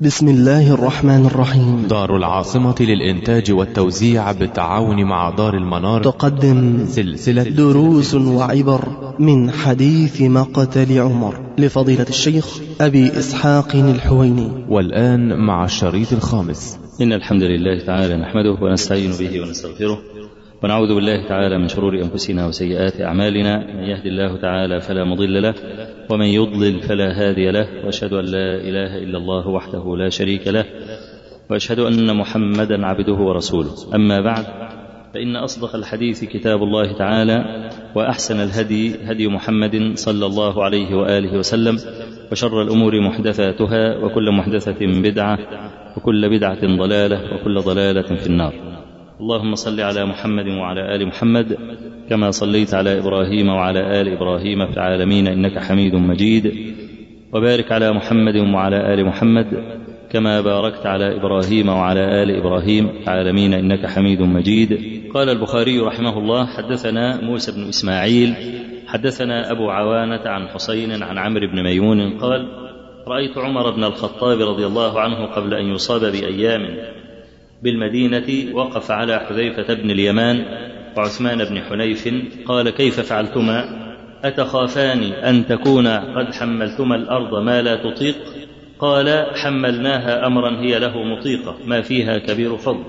بسم الله الرحمن الرحيم. دار العاصمة للإنتاج والتوزيع بالتعاون مع دار المنار تقدم سلسلة دروس وعبر من حديث مقتل عمر لفضيلة الشيخ أبي إسحاق الحويني. والآن مع الشريط الخامس. إن الحمد لله تعالى نحمده ونستعين به ونستغفره ونعوذ بالله تعالى من شرور أنفسنا وسيئات أعمالنا. من يهد الله تعالى فلا مضل له ومن يضلل فلا هادي له، وأشهد أن لا إله إلا الله وحده لا شريك له، وأشهد أن محمدا عبده ورسوله. أما بعد، فإن أصدق الحديث كتاب الله تعالى، وأحسن الهدي هدي محمد صلى الله عليه وآله وسلم، وشر الأمور محدثاتها، وكل محدثة بدعة، وكل بدعة ضلالة، وكل ضلالة في النار. اللهم صل على محمد وعلى آل محمد كما صليت على إبراهيم وعلى آل إبراهيم في العالمين إنك حميد مجيد، وبارك على محمد وعلى آل محمد كما باركت على إبراهيم وعلى آل إبراهيم في العالمين إنك حميد مجيد. قال البخاري رحمه الله: حدثنا موسى بن إسماعيل حدثنا أبو عوانة عن حسين عن عمرو بن ميمون قال: رأيت عمر بن الخطاب رضي الله عنه قبل أن يصاب بأيام بالمدينة وقف على حذيفة بن اليمان وعثمان بن حنيف قال: كيف فعلتما؟ أتخافان أن تكون قد حملتما الأرض ما لا تطيق؟ قال: حملناها أمرا هي له مطيقة ما فيها كبير فضل.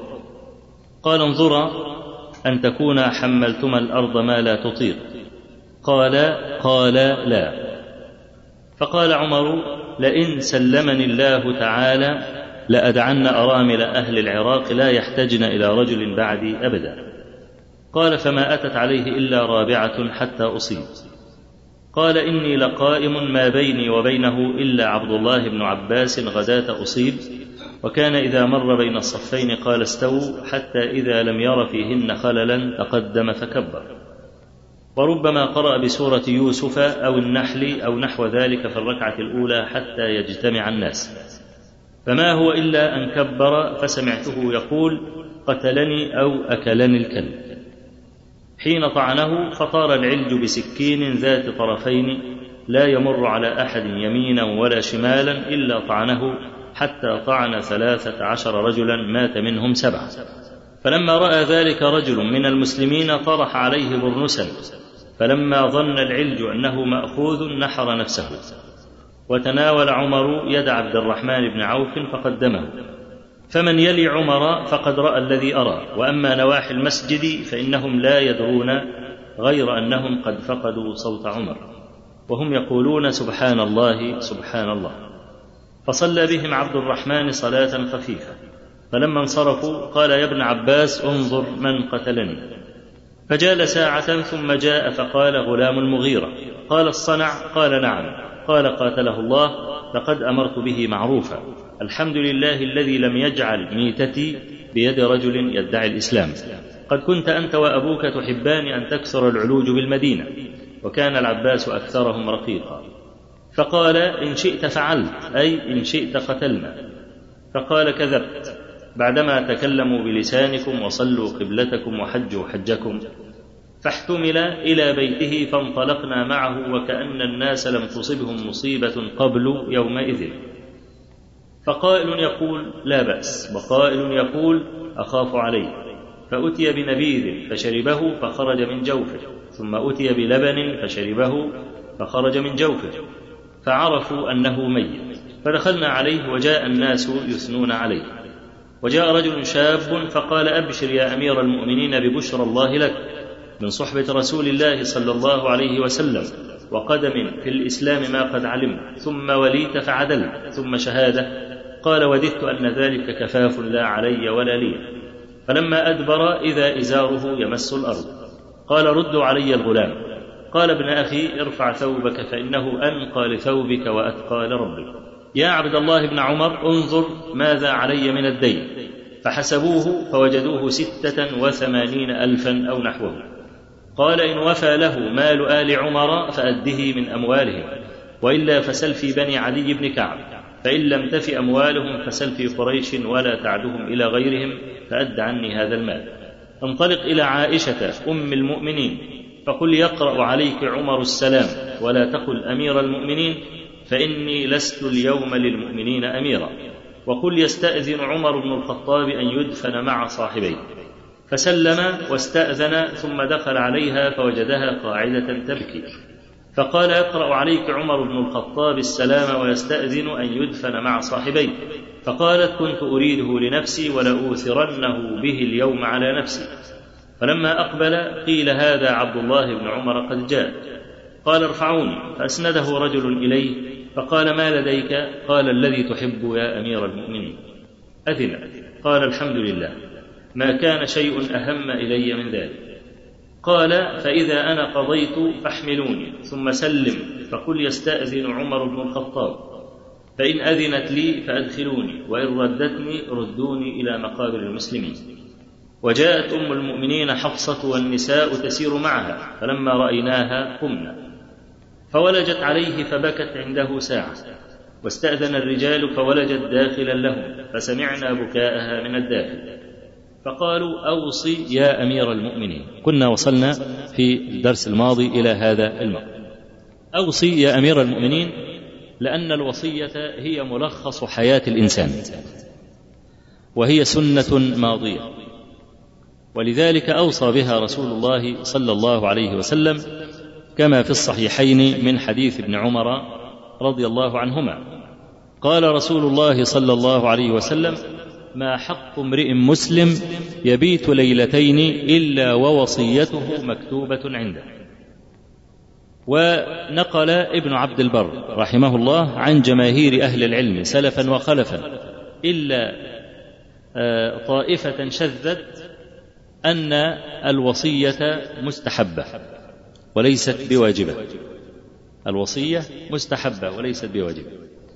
قال: أن تكون حملتما الأرض ما لا تطيق؟ قال: لا. فقال عمر: لئن سلمني الله تعالى لأدعن أرامل أهل العراق لا يحتجن إلى رجل بعدي أبدا. قال: فما أتت عليه إلا رابعة حتى أصيب. قال: إني لقائم ما بيني وبينه إلا عبد الله بن عباس غداة أصيب، وكان إذا مر بين الصفين قال: استووا، حتى إذا لم ير فيهن خللا تقدم فكبر. وربما قرأ بسورة يوسف أو النحل أو نحو ذلك في الركعة الأولى حتى يجتمع الناس، فما هو إلا أن كبر فسمعته يقول: قتلني أو أكلني الكلب. حين طعنه فطار العلج بسكين ذات طرفين لا يمر على أحد يمينا ولا شمالا إلا طعنه، حتى طعن 13 رجلا مات منهم 7. فلما رأى ذلك رجل من المسلمين طرح عليه برنسا، فلما ظن العلج أنه مأخوذ نحر نفسه. وتناول عمر يد عبد الرحمن بن عوف فقدمه، فمن يلي عمر فقد رأى الذي أرى. وأما نواحي المسجد فإنهم لا يدرون غير أنهم قد فقدوا صوت عمر، وهم يقولون: سبحان الله سبحان الله. فصلى بهم عبد الرحمن صلاة خفيفة، فلما انصرفوا قال: يا ابن عباس انظر من قتلني. فجال ساعة ثم جاء فقال: غلام المغيرة. قال: الصنع؟ قال: نعم. قال: قاتله الله، لقد أمرت به معروفا. الحمد لله الذي لم يجعل ميتتي بيد رجل يدعي الإسلام. قد كنت أنت وأبوك تحبان أن تكثر العلوج بالمدينة، وكان العباس أكثرهم رقيقا. فقال: إن شئت فعلت، أي إن شئت قتلنا. فقال: كذبت، بعدما تكلموا بلسانكم وصلوا قبلتكم وحجوا حجكم. فاحتمل إلى بيته فانطلقنا معه، وكأن الناس لم تصبهم مصيبة قبل يومئذ. فقائل يقول: لا بأس، وقائل يقول: أخاف عليه. فأتي بنبيذ فشربه فخرج من جوفه، ثم أتي بلبن فشربه فخرج من جوفه، فعرفوا أنه ميت. فدخلنا عليه وجاء الناس يثنون عليه. وجاء رجل شاب فقال: أبشر يا أمير المؤمنين ببشرى الله لك، من صحبة رسول الله صلى الله عليه وسلم، وقدم في الإسلام ما قد علمت، ثم وليت فعدلت، ثم شهادة. قال: وددت أن ذلك كفاف لا علي ولا لي. فلما أدبر إذا إزاره يمس الأرض. قال: ردوا علي الغلام. قال: ابن أخي ارفع ثوبك فإنه أنقى لثوبك وأتقى لربك. يا عبد الله بن عمر انظر ماذا علي من الدين. فحسبوه فوجدوه 86,000 أو نحوه. قال: إن وفى له مال آل عمر فأده من أموالهم، وإلا فسل في بني عدي بن كعب، فإن لم تف أموالهم فسل في قريش ولا تعدهم إلى غيرهم، فأد عني هذا المال. انطلق إلى عائشة أم المؤمنين فقل: يقرأ عليك عمر السلام، ولا تقل أمير المؤمنين، فإني لست اليوم للمؤمنين أميرا. وقل يستأذن عمر بن الخطاب أن يدفن مع صاحبيه. فسلم واستأذن ثم دخل عليها فوجدها قاعدة تبكي، فقال يقرأ عليك عمر بن الخطاب السلام ويستأذن أن يدفن مع صاحبيه. فقالت كنت أريده لنفسي ولأوثرنه به اليوم على نفسي. فلما أقبل قيل هذا عبد الله بن عمر قد جاء. قال ارفعوني، فأسنده رجل إليه فقال ما لديك؟ قال الذي تحب يا أمير المؤمنين. أذن. قال الحمد لله، ما كان شيء أهم إلي من ذلك. قال فإذا أنا قضيت فاحملوني ثم سلم فقل يستأذن عمر بن الخطاب، فإن أذنت لي فأدخلوني وإن ردتني ردوني إلى مقابر المسلمين. وجاءت أم المؤمنين حفصة والنساء تسير معها، فلما رأيناها قمنا، فولجت عليه فبكت عنده ساعة، واستأذن الرجال فولجت داخلا لهم، فسمعنا بكاءها من الداخل، فقالوا أوصي يا أمير المؤمنين. كنا وصلنا في الدرس الماضي إلى هذا الموضوع. أوصي يا أمير المؤمنين، لأن الوصية هي ملخص حياة الإنسان، وهي سنة ماضية، ولذلك أوصى بها رسول الله صلى الله عليه وسلم كما في الصحيحين من حديث ابن عمر رضي الله عنهما. قال رسول الله صلى الله عليه وسلم ما حق امرئ مسلم يبيت ليلتين إلا ووصيته مكتوبة عنده. ونقل ابن عبد البر رحمه الله عن جماهير أهل العلم سلفا وخلفا إلا طائفة شذت أن الوصية مستحبة وليست بواجبة. الوصية مستحبة وليست بواجبة،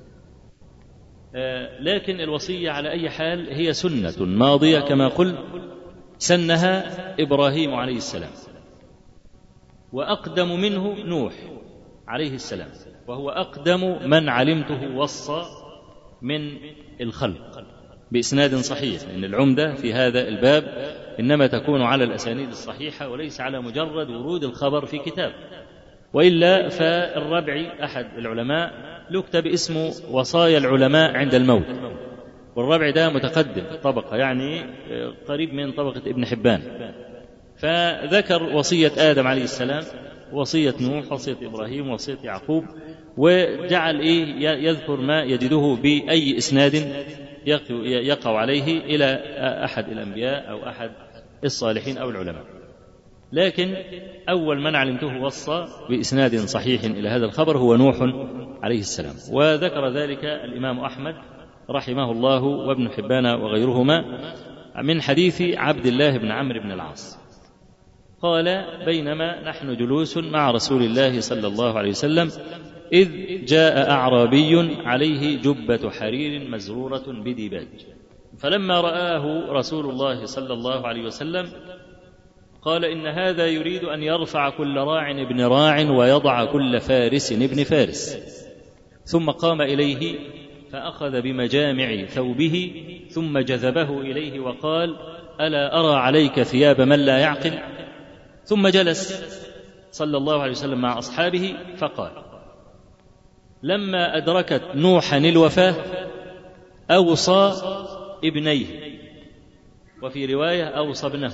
لكن الوصية على أي حال هي سنة ماضية كما قلت، سنها إبراهيم عليه السلام، وأقدم منه نوح عليه السلام، وهو أقدم من علمته وصى من الخلق بإسناد صحيح، لأن العمدة في هذا الباب إنما تكون على الأسانيد الصحيحة وليس على مجرد ورود الخبر في كتاب. وإلا فالربعي أحد العلماء له كتاب اسمه وصايا العلماء عند الموت، والربع ده متقدم الطبقة، يعني قريب من طبقة ابن حبان، فذكر وصية آدم عليه السلام، وصية نوح، وصية إبراهيم، وصية يعقوب، وجعل يذكر ما يجده بأي إسناد يقع عليه إلى أحد الأنبياء أو أحد الصالحين أو العلماء. لكن أول من علمته وصى بإسناد صحيح إلى هذا الخبر هو نوح عليه السلام، وذكر ذلك الإمام أحمد رحمه الله وابن حبان وغيرهما من حديث عبد الله بن عمرو بن العاص قال بينما نحن جلوس مع رسول الله صلى الله عليه وسلم إذ جاء أعرابي عليه جبة حرير مزرورة بديباج، فلما رآه رسول الله صلى الله عليه وسلم قال إن هذا يريد أن يرفع كل راع ابن راع ويضع كل فارس ابن فارس. ثم قام إليه فأخذ بمجامع ثوبه ثم جذبه إليه وقال ألا أرى عليك ثياب من لا يعقل؟ ثم جلس صلى الله عليه وسلم مع أصحابه فقال لما أدركت نوحا الوفاة أوصى ابنيه، وفي رواية أوصى ابنه،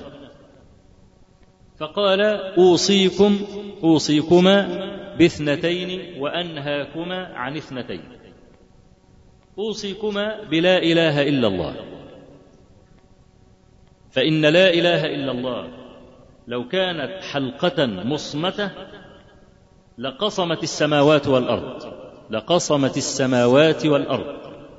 فقال أوصيكما باثنتين وأنهاكما عن اثنتين. أوصيكما بلا إله إلا الله، فإن لا إله إلا الله لو كانت حلقة مصمتة لقصمت السماوات والأرض، لقصمت السماوات والأرض.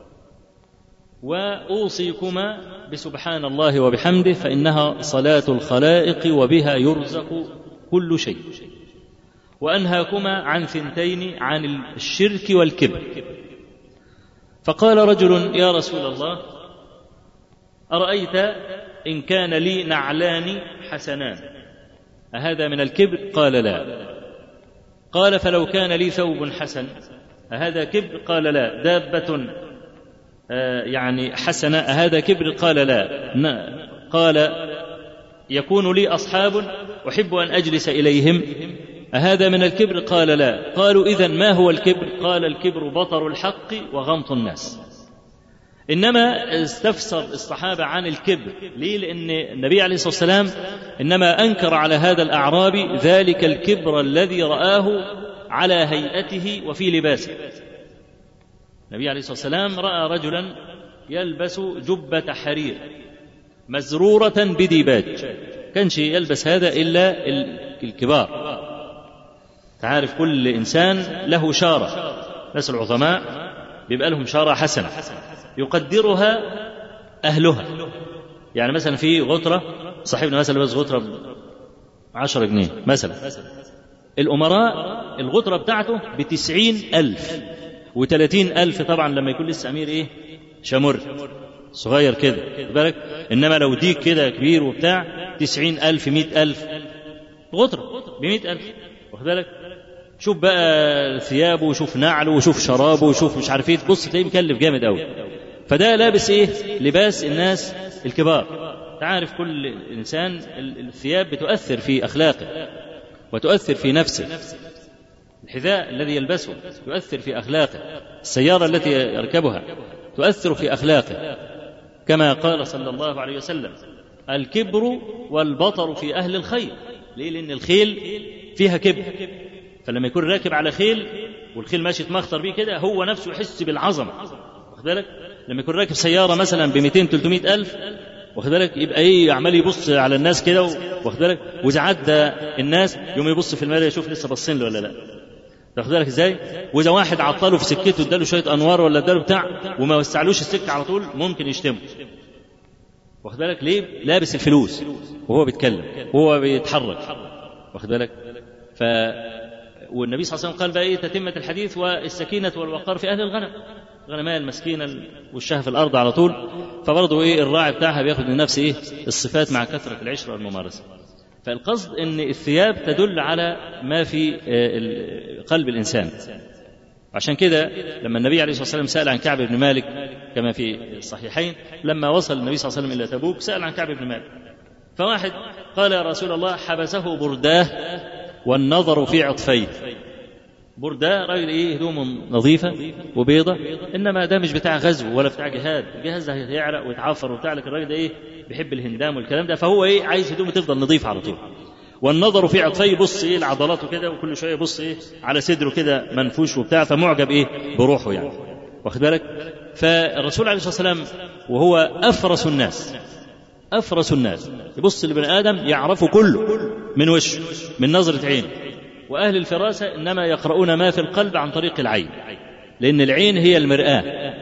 وأوصيكما بسبحان الله وبحمده فإنها صلاة الخلائق وبها يرزق كل شيء. وأنهاكما عن ثنتين، عن الشرك والكبر. فقال رجل يا رسول الله أرأيت إن كان لي نعلان حسنان أهذا من الكبر؟ قال لا. قال فلو كان لي ثوب حسن أهذا كبر؟ قال لا. دابة يعني حسنة أهذا كبر؟ قال لا. قال يكون لي أصحاب أحب أن أجلس إليهم أهذا من الكبر؟ قال لا. قالوا إذن ما هو الكبر؟ قال الكبر بطر الحق وغمط الناس. إنما استفسر الصحابة عن الكبر. ليه؟ لأن النبي عليه الصلاة والسلام إنما أنكر على هذا الأعرابي ذلك الكبر الذي رآه على هيئته وفي لباسه. النبي عليه الصلاة والسلام رأى رجلا يلبس جبة حرير مزرورة بديباج، كانش يلبس هذا إلا الكبار. تعرف كل إنسان له شارة، ناس العظماء بيبقى لهم شارة حسنة يقدرها أهلها. يعني مثلا في غترة، صاحبنا مثلا لبس غترة 10 جنيه مثلا، الأمراء الغترة بتاعته ب90,000 و30,000 طبعا لما يكون لسه أمير شمر صغير كده بالك. إنما لو ديك كده كبير وبتاع 90,000 100,000 غترة ب100,000 واخد بالك. شوف بقى ثيابه وشوف نعله وشوف شرابه وشوف مش عارف تبص تلاقيه مكلف جامد قوي. فده لابس لباس الناس الكبار. تعرف كل إنسان الثياب بتؤثر في أخلاقه وتؤثر في نفسه. الحذاء الذي يلبسه يؤثر في أخلاقه، السيارة التي يركبها تؤثر في أخلاقه، كما قال صلى الله عليه وسلم: الكبر والبطر في أهل الخيل. ليه؟ لأن الخيل فيها كبر، فلما يكون راكب على خيل والخيل ماشي تمخطر بيه كده هو نفسه يحس بالعظمة واخد بالك. لما يكون راكب سيارة مثلا ب200-300 ألف واخد بالك يبقى عمال يبص على الناس كده واخد بالك، وإذا عدى الناس يوم يبص في المراية يشوف لسه باصين له ولا لا، واخد بالك ازاي. وإذا واحد عطله في سكته اداله شوية أنوار ولا اداله بتاع وما وسعلوش السكة على طول ممكن يشتمه واخد بالك. ليه؟ لابس الفلوس وهو بيتكلم وهو بيتحرك واخد بالك. والنبي صلى الله عليه وسلم قال بقى تتمة الحديث: والسكينة والوقار في أهل الغنم. غنماء المسكينة والشاه في الأرض على طول، فبرضه الراعي بتاعها بياخد من نفسه الصفات مع كثرة العشرة والممارسة. فالقصد أن الثياب تدل على ما في قلب الإنسان. عشان كده لما النبي عليه الصلاة والسلام سأل عن كعب بن مالك كما في الصحيحين، لما وصل النبي صلى الله عليه وسلم إلى تبوك سأل عن كعب بن مالك، فواحد قال: يا رسول الله حبسه برداه والنظر في عطفيه. برداه راجل هدومه نظيفة وبيضة، إنما ده مش بتاع غزو ولا بتاع جهاد، الجهاز ده هيعرق ويتعفر وبتاع، لك الراجل ده بيحب الهندام والكلام ده، فهو عايز هدومه تفضل نظيفة على طول. والنظر في عطفيه، يبص لعضلاته كده وكل شوية يبص على صدره كده منفوش وبتاع، فمعجب بروحه يعني واخد بالك. فالرسول عليه الصلاة والسلام وهو أفرس الناس يبص لبني آدم يعرفه كله من وشه من نظرة عين. وأهل الفراسة إنما يقرؤون ما في القلب عن طريق العين، لأن العين هي المرآة،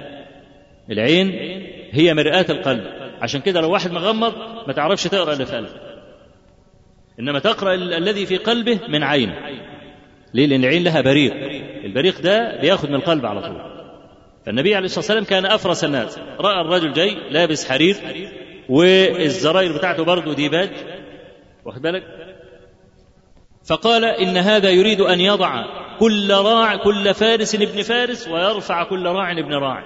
العين هي مرآة القلب. عشان كده لو واحد مغمض ما تعرفش تقرأ اللي في قلبه، إنما تقرأ الذي في قلبه من عينه. ليه؟ لأن العين لها بريق، البريق ده بياخد من القلب على طول. فالنبي عليه الصلاة والسلام كان أفرس الناس، رأى الرجل جاي لابس حرير والزراير بتاعته برضه ديباج واخد بالك، فقال: إن هذا يريد أن يضع كل فارس ابن فارس ويرفع كل راع ابن راع.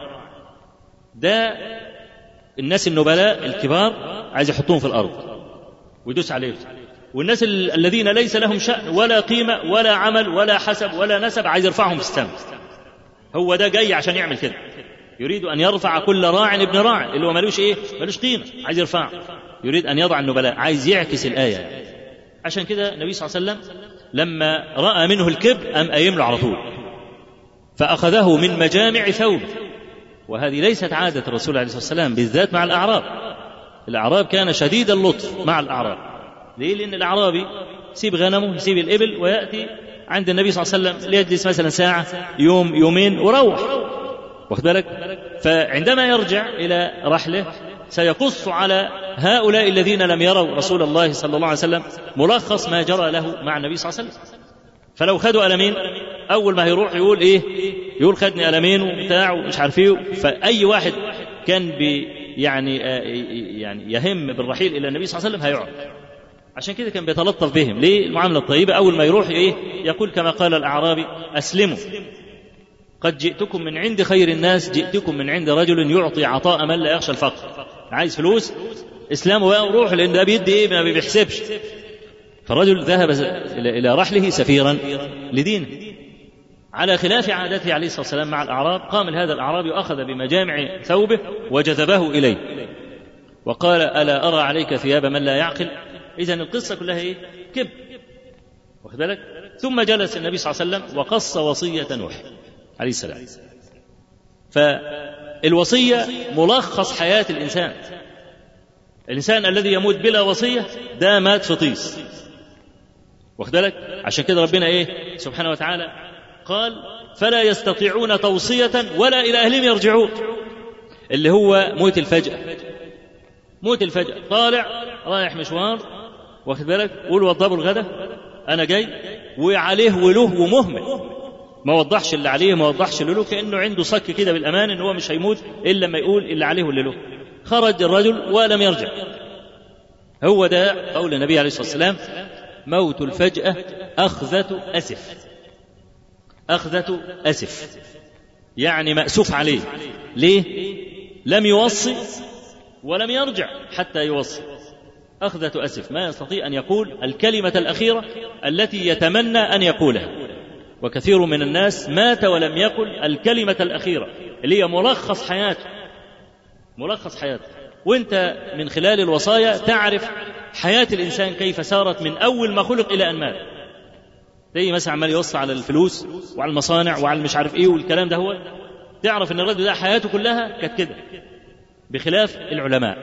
ده الناس النبلاء الكبار عايز يحطوهم في الأرض ويدوس عليهم، والناس الذين ليس لهم شأن ولا قيمة ولا عمل ولا حسب ولا نسب عايز يرفعهم في السماء. هو ده جاي عشان يعمل كده، يريد أن يرفع كل راع ابن راع، اللي هو ملوش قيمة عايز يرفعه، يريد أن يضع النبلاء، عايز يعكس الآية. عشان كده النبي صلى الله عليه وسلم لما رأى منه الكبر قام قايم له على طول، فأخذه من مجامع ثوبه. وهذه ليست عادة الرسول عليه الصلاة والسلام، بالذات مع الأعراب كان شديد اللطف مع الأعراب. ليه؟ لأن الأعرابي يسيب غنمه يسيب الإبل ويأتي عند النبي صلى الله عليه وسلم ليجلس مثلا ساعة يوم يومين وروح واخد بالك. فعندما يرجع إلى رحله سيقص على هؤلاء الذين لم يروا رسول الله صلى الله عليه وسلم ملخص ما جرى له مع النبي صلى الله عليه وسلم. فلو خدوا ألمين أول ما هيروح يقول يقول خدني ألمين وبتاع ومش عارف فأي واحد كان يعني يهم بالرحيل إلى النبي صلى الله عليه وسلم هيقعد. عشان كده كان بيتلطف بهم. ليه؟ المعاملة الطيبة. أول ما يروح يقول كما قال الأعرابي: أسلموا، قد جئتكم من عند خير الناس، جئتكم من عند رجل يعطي عطاء من لا يخشى الفقر. عايز فلوس اسلامه بقى وروح، لأن ده بيدي ما بيحسبش. فالرجل ذهب إلى رحله سفيرا لدينه، على خلاف عادته عليه الصلاة والسلام مع الأعراب، قام هذا الأعرابي وأخذ بمجامع ثوبه وجذبه إليه وقال: ألا أرى عليك ثياب من لا يعقل؟ إذن القصة كلها إيه؟ كبر، واخد بالك؟ ثم جلس النبي صلى الله عليه وسلم وقص وصية نوح عليه السلام. فالوصية ملخص حياة الإنسان. الإنسان الذي يموت بلا وصية ده مات في طيس، واخد بالك؟ عشان كده ربنا إيه سبحانه وتعالى قال: فلا يستطيعون توصية ولا إلى أهلهم يرجعون، اللي هو موت الفجأة. موت الفجأة، طالع رايح مشوار، واخد بالك؟ قول وضبوا الغدا أنا جاي، وعليه وله ومهمل، ما وضحش اللي عليه ما وضحش اللي له، كأنه عنده صك كده بالأمان إن هو مش هيموت إلا لما يقول اللي عليه واللي له. خرج الرجل ولم يرجع. هو ده قول النبي عليه الصلاة والسلام: موت الفجأة أخذة أسف. أخذة أسف يعني مأسوف عليه. ليه؟ لم يوصي ولم يرجع حتى يوصي. أخذة أسف، ما يستطيع أن يقول الكلمة الأخيرة التي يتمنى أن يقولها. وكثير من الناس مات ولم يقل الكلمة الأخيرة اللي هي ملخص حياته. ملخص حياته. وانت من خلال الوصايا تعرف حياة الإنسان كيف سارت من أول ما خلق إلى أن مات. زي مثلا عمال يوصي على الفلوس وعلى المصانع وعلى مش عارف إيه والكلام ده، هو تعرف أن الرجل ده حياته كلها كانت كده، بخلاف العلماء،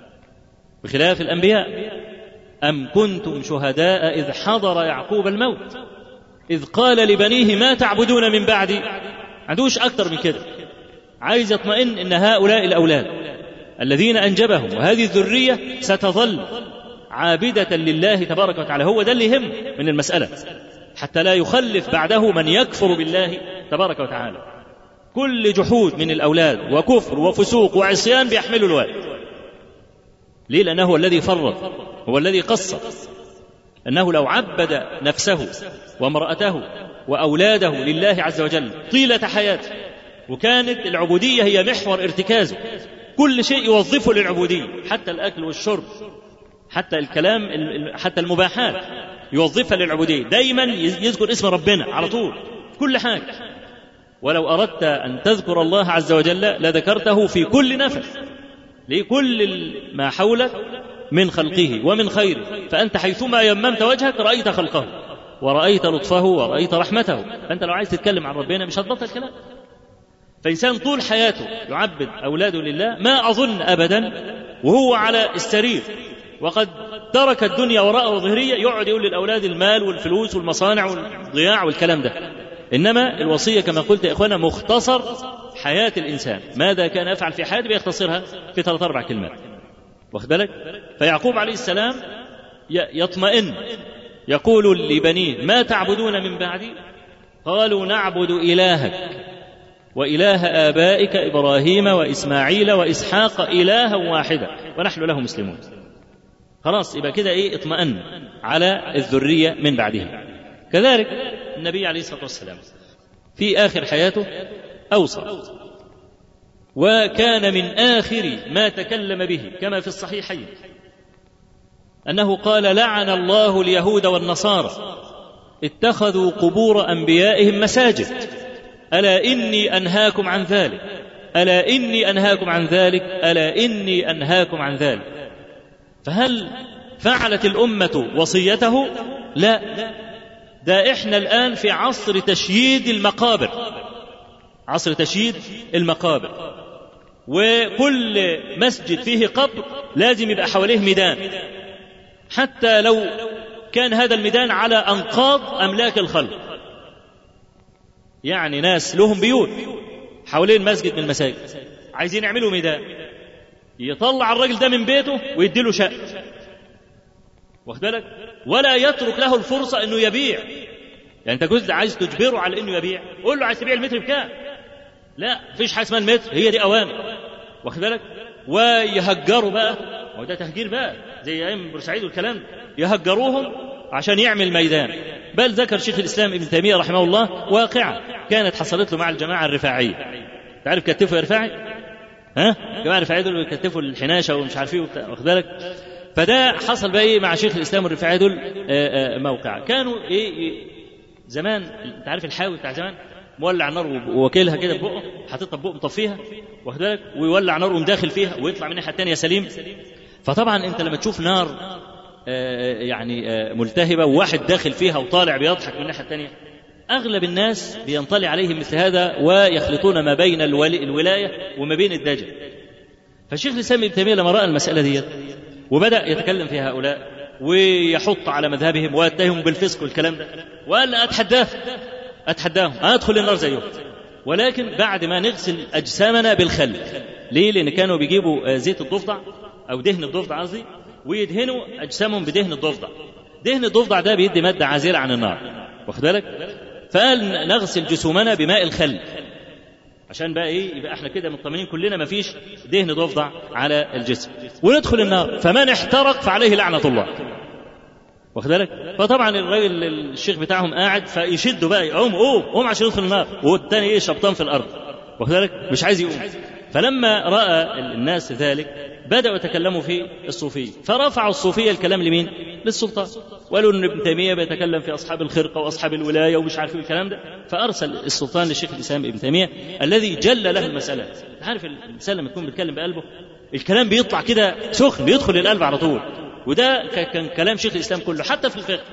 بخلاف الأنبياء. أم كنتم شهداء إذ حضر يعقوب الموت إذ قال لبنيه ما تعبدون من بعدي. عندوش أكتر من كده، عايز يطمئن إن هؤلاء الأولاد الذين أنجبهم وهذه الذرية ستظل عابدة لله تبارك وتعالى. هو ده اللي يهم من المسألة، حتى لا يخلف بعده من يكفر بالله تبارك وتعالى. كل جحود من الأولاد وكفر وفسوق وعصيان بيحملوا الوالد. ليه؟ لأنه هو الذي فرط، هو الذي قصر. أنه لو عبد نفسه وامرأته وأولاده لله عز وجل طيلة حياته، وكانت العبودية هي محور ارتكازه، كل شيء يوظفه للعبودية، حتى الأكل والشرب، حتى الكلام، حتى المباحات يوظفها للعبودية. دايما يذكر اسم ربنا على طول، كل حاجة. ولو أردت أن تذكر الله عز وجل لذكرته في كل نفس، لكل ما حولك من خلقه ومن خيره. فأنت حيثما يممت وجهك رأيت خلقه ورأيت لطفه ورأيت رحمته. فأنت لو عايز تتكلم عن ربنا مش هتبطل الكلام. فإنسان طول حياته يعبد أولاده لله، ما أظن أبدا وهو على السرير وقد ترك الدنيا وراءه ظهرية يقعد يقول للأولاد المال والفلوس والمصانع والضياع والكلام ده. إنما الوصية كما قلت يا إخوانا مختصر حياة الإنسان، ماذا كان يفعل في حياته بيختصرها في 3-4 كلمات، واخد بالك؟ فيعقوب عليه السلام يطمئن، يقول لبنيه ما تعبدون من بعدي؟ قالوا نعبد إلهك وإله آبائك إبراهيم وإسماعيل وإسحاق إلها واحدا ونحن له مسلمون. خلاص يبقى كده إيه؟ اطمئن على الذرية من بعدهم. كذلك النبي عليه الصلاة والسلام في آخر حياته أوصى، وكان من آخر ما تكلم به كما في الصحيحين أنه قال لعن الله اليهود والنصارى اتخذوا قبور أنبيائهم مساجد ألا إني أنهاكم عن ذلك ألا إني أنهاكم عن ذلك ألا إني أنهاكم عن ذلك. فهل فعلت الأمة وصيته؟ لا، ده إحنا الآن في عصر تشييد المقابر، عصر تشييد المقابر، وكل مسجد فيه قبر لازم يبقى حواليه ميدان، حتى لو كان هذا الميدان على أنقاض أملاك الخلق. يعني ناس لهم بيوت حوالين مسجد من المساجد عايزين يعملوا ميدان، يطلع الرجل ده من بيته ويديله شقة، واخد بالك؟ ولا يترك له الفرصة انه يبيع. يعني انت كنت عايز تجبره على انه يبيع، قول له عايز تبيع المتر بكام؟ لا، مفيش حاجه اسمها المتر، هي دي اوامر، واخد بالك؟ ويهجروا بقى، وده تهجير بقى زي ايام بورسعيد والكلام، يهجروهم عشان يعمل ميدان. بل ذكر شيخ الاسلام ابن تيميه رحمه الله واقعه كانت حصلت له مع الجماعه الرفاعيه. تعرف كتفوا يا رفاعي؟ ها؟ الجماعه الرفاعيه دول بيكتفوا الحناشه ومش عارف ايه، واخد بالك؟ فده حصل بقى ايه مع شيخ الاسلام والرفاعي دول موقع. كانوا ايه زمان، انت عارف الحاوي بتاع زمان مولع نار ووكيلها كده ببقه، حاططها ببقه مطفيها، واخد بالك، ويولع نار ومداخل فيها ويطلع من الناحيه الثانيه سليم. فطبعا انت لما تشوف نار ملتهبه وواحد داخل فيها وطالع بيضحك من الناحيه الثانيه، اغلب الناس بينطلي عليهم مثل هذا ويخلطون ما بين الولايه وما بين الدجل. فالشيخ الاسلام ابن تيميه لما راى المساله ديت وبدا يتكلم في هؤلاء ويحط على مذهبهم ويتهم بالفسق والكلام ده، وقال اتحداهم ادخل النار زيهم، ولكن بعد ما نغسل اجسامنا بالخل. ليه؟ لان كانوا بيجيبوا زيت الضفدع او دهن الضفدع قصدي، ويدهنوا اجسامهم بدهن الضفدع. دهن الضفدع ده بيدي ماده عازله عن النار، واخد بالك؟ فقال نغسل جسومنا بماء الخل عشان بقى ايه، يبقى احنا كده مطمئنين كلنا ما فيش دهن ضفدع على الجسم، وندخل النار. فمن احترق فعليه لعنه الله، واخد بالك؟ فطبعا الراجل الشيخ بتاعهم قاعد فيشدوا بقى، قوم عشان يدخل النار، والتاني ايه شبطان في الارض، واخد بالك؟ مش عايز يقوم. فلما راى الناس ذلك بداوا يتكلموا في الصوفيه، فرفعوا الصوفيه الكلام لمين؟ للسلطان، وقالوا ان ابن تيميه بيتكلم في اصحاب الخرقه واصحاب الولايه ومش عارف ايه الكلام ده. فارسل السلطان للشيخ الاسلام ابن تيميه الذي جل له المساله. عارف الانسان لما يكون بيتكلم بقلبه الكلام بيطلع كده سخن، بيدخل القلب على طول. وده كان كلام شيخ الاسلام كله، حتى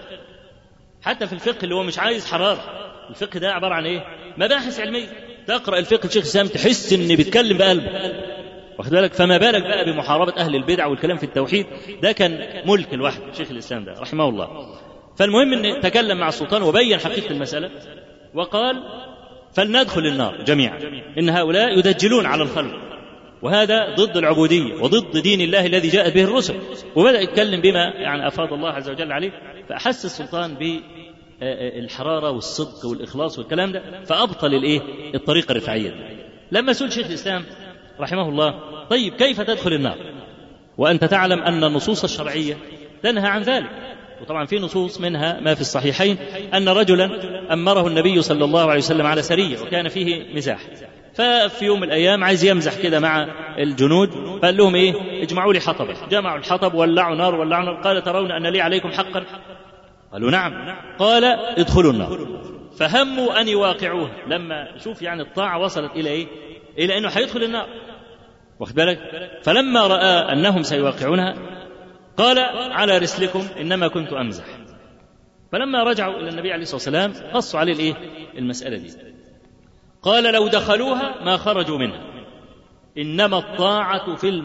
في الفقه اللي هو مش عايز حراره. الفقه ده عباره عن ايه؟ مباحث علميه. تقرا الفقه الشيخ الاسلام تحس ان بيتكلم بقلبه، واخد بالك؟ فما بالك بقى بمحاربه اهل البدع والكلام في التوحيد. ده كان ملك الواحد شيخ الاسلام ده رحمه الله. فالمهم ان تكلم مع السلطان وبين حقيقه المساله، وقال فلندخل النار جميعا، ان هؤلاء يدجلون على الخلق، وهذا ضد العبوديه وضد دين الله الذي جاءت به الرسل. وبدا يتكلم بما يعني افاض الله عز وجل عليه. فاحس السلطان بالحراره والصدق والاخلاص والكلام ده، فابطل الطريقه الرفاعيه دي. لما سئل شيخ الاسلام رحمه الله طيب كيف تدخل النار وأنت تعلم أن النصوص الشرعية تنهى عن ذلك؟ وطبعا في نصوص منها ما في الصحيحين أن رجلا أمره النبي صلى الله عليه وسلم على سرية وكان فيه مزاح، ففي يوم من الأيام عايز يمزح كده مع الجنود، فقال لهم اجمعوا لي حطبا. جمعوا الحطب ولعوا نار. قال ترون أن لي عليكم حقا؟ قالوا نعم. قال ادخلوا النار. فهموا أن يواقعوه، لما شوف يعني الطاعة وصلت إلى إلى أنه حيدخل النار، واخد بالك؟ فلما رأى أنهم سيواقعونها قال على رسلكم إنما كنت أمزح. فلما رجعوا إلى النبي عليه الصلاة والسلام قصوا عليه المسألة دي. قال لو دخلوها ما خرجوا منها، إنما الطاعة في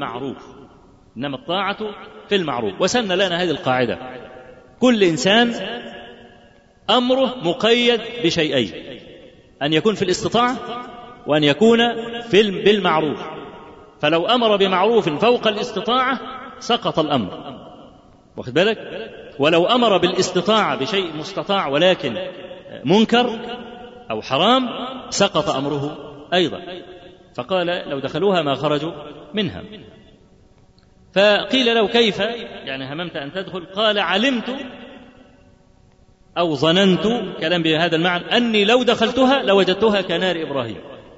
المعروف. وسن لنا هذه القاعدة: كل إنسان أمره مقيد بشيئين، أن يكون في الاستطاعة وأن يكون بالمعروف. فلو أمر بمعروف فوق الاستطاعة سقط الأمر، واخد بالك؟ ولو أمر بالاستطاعة بشيء مستطاع ولكن منكر أو حرام سقط أمره أيضا. فقال لو دخلوها ما خرجوا منها. فقيل له كيف يعني هممت أن تدخل؟ قال علمت أو ظننت، كلام بهذا المعنى، أني لو دخلتها لوجدتها كنار إبراهيم،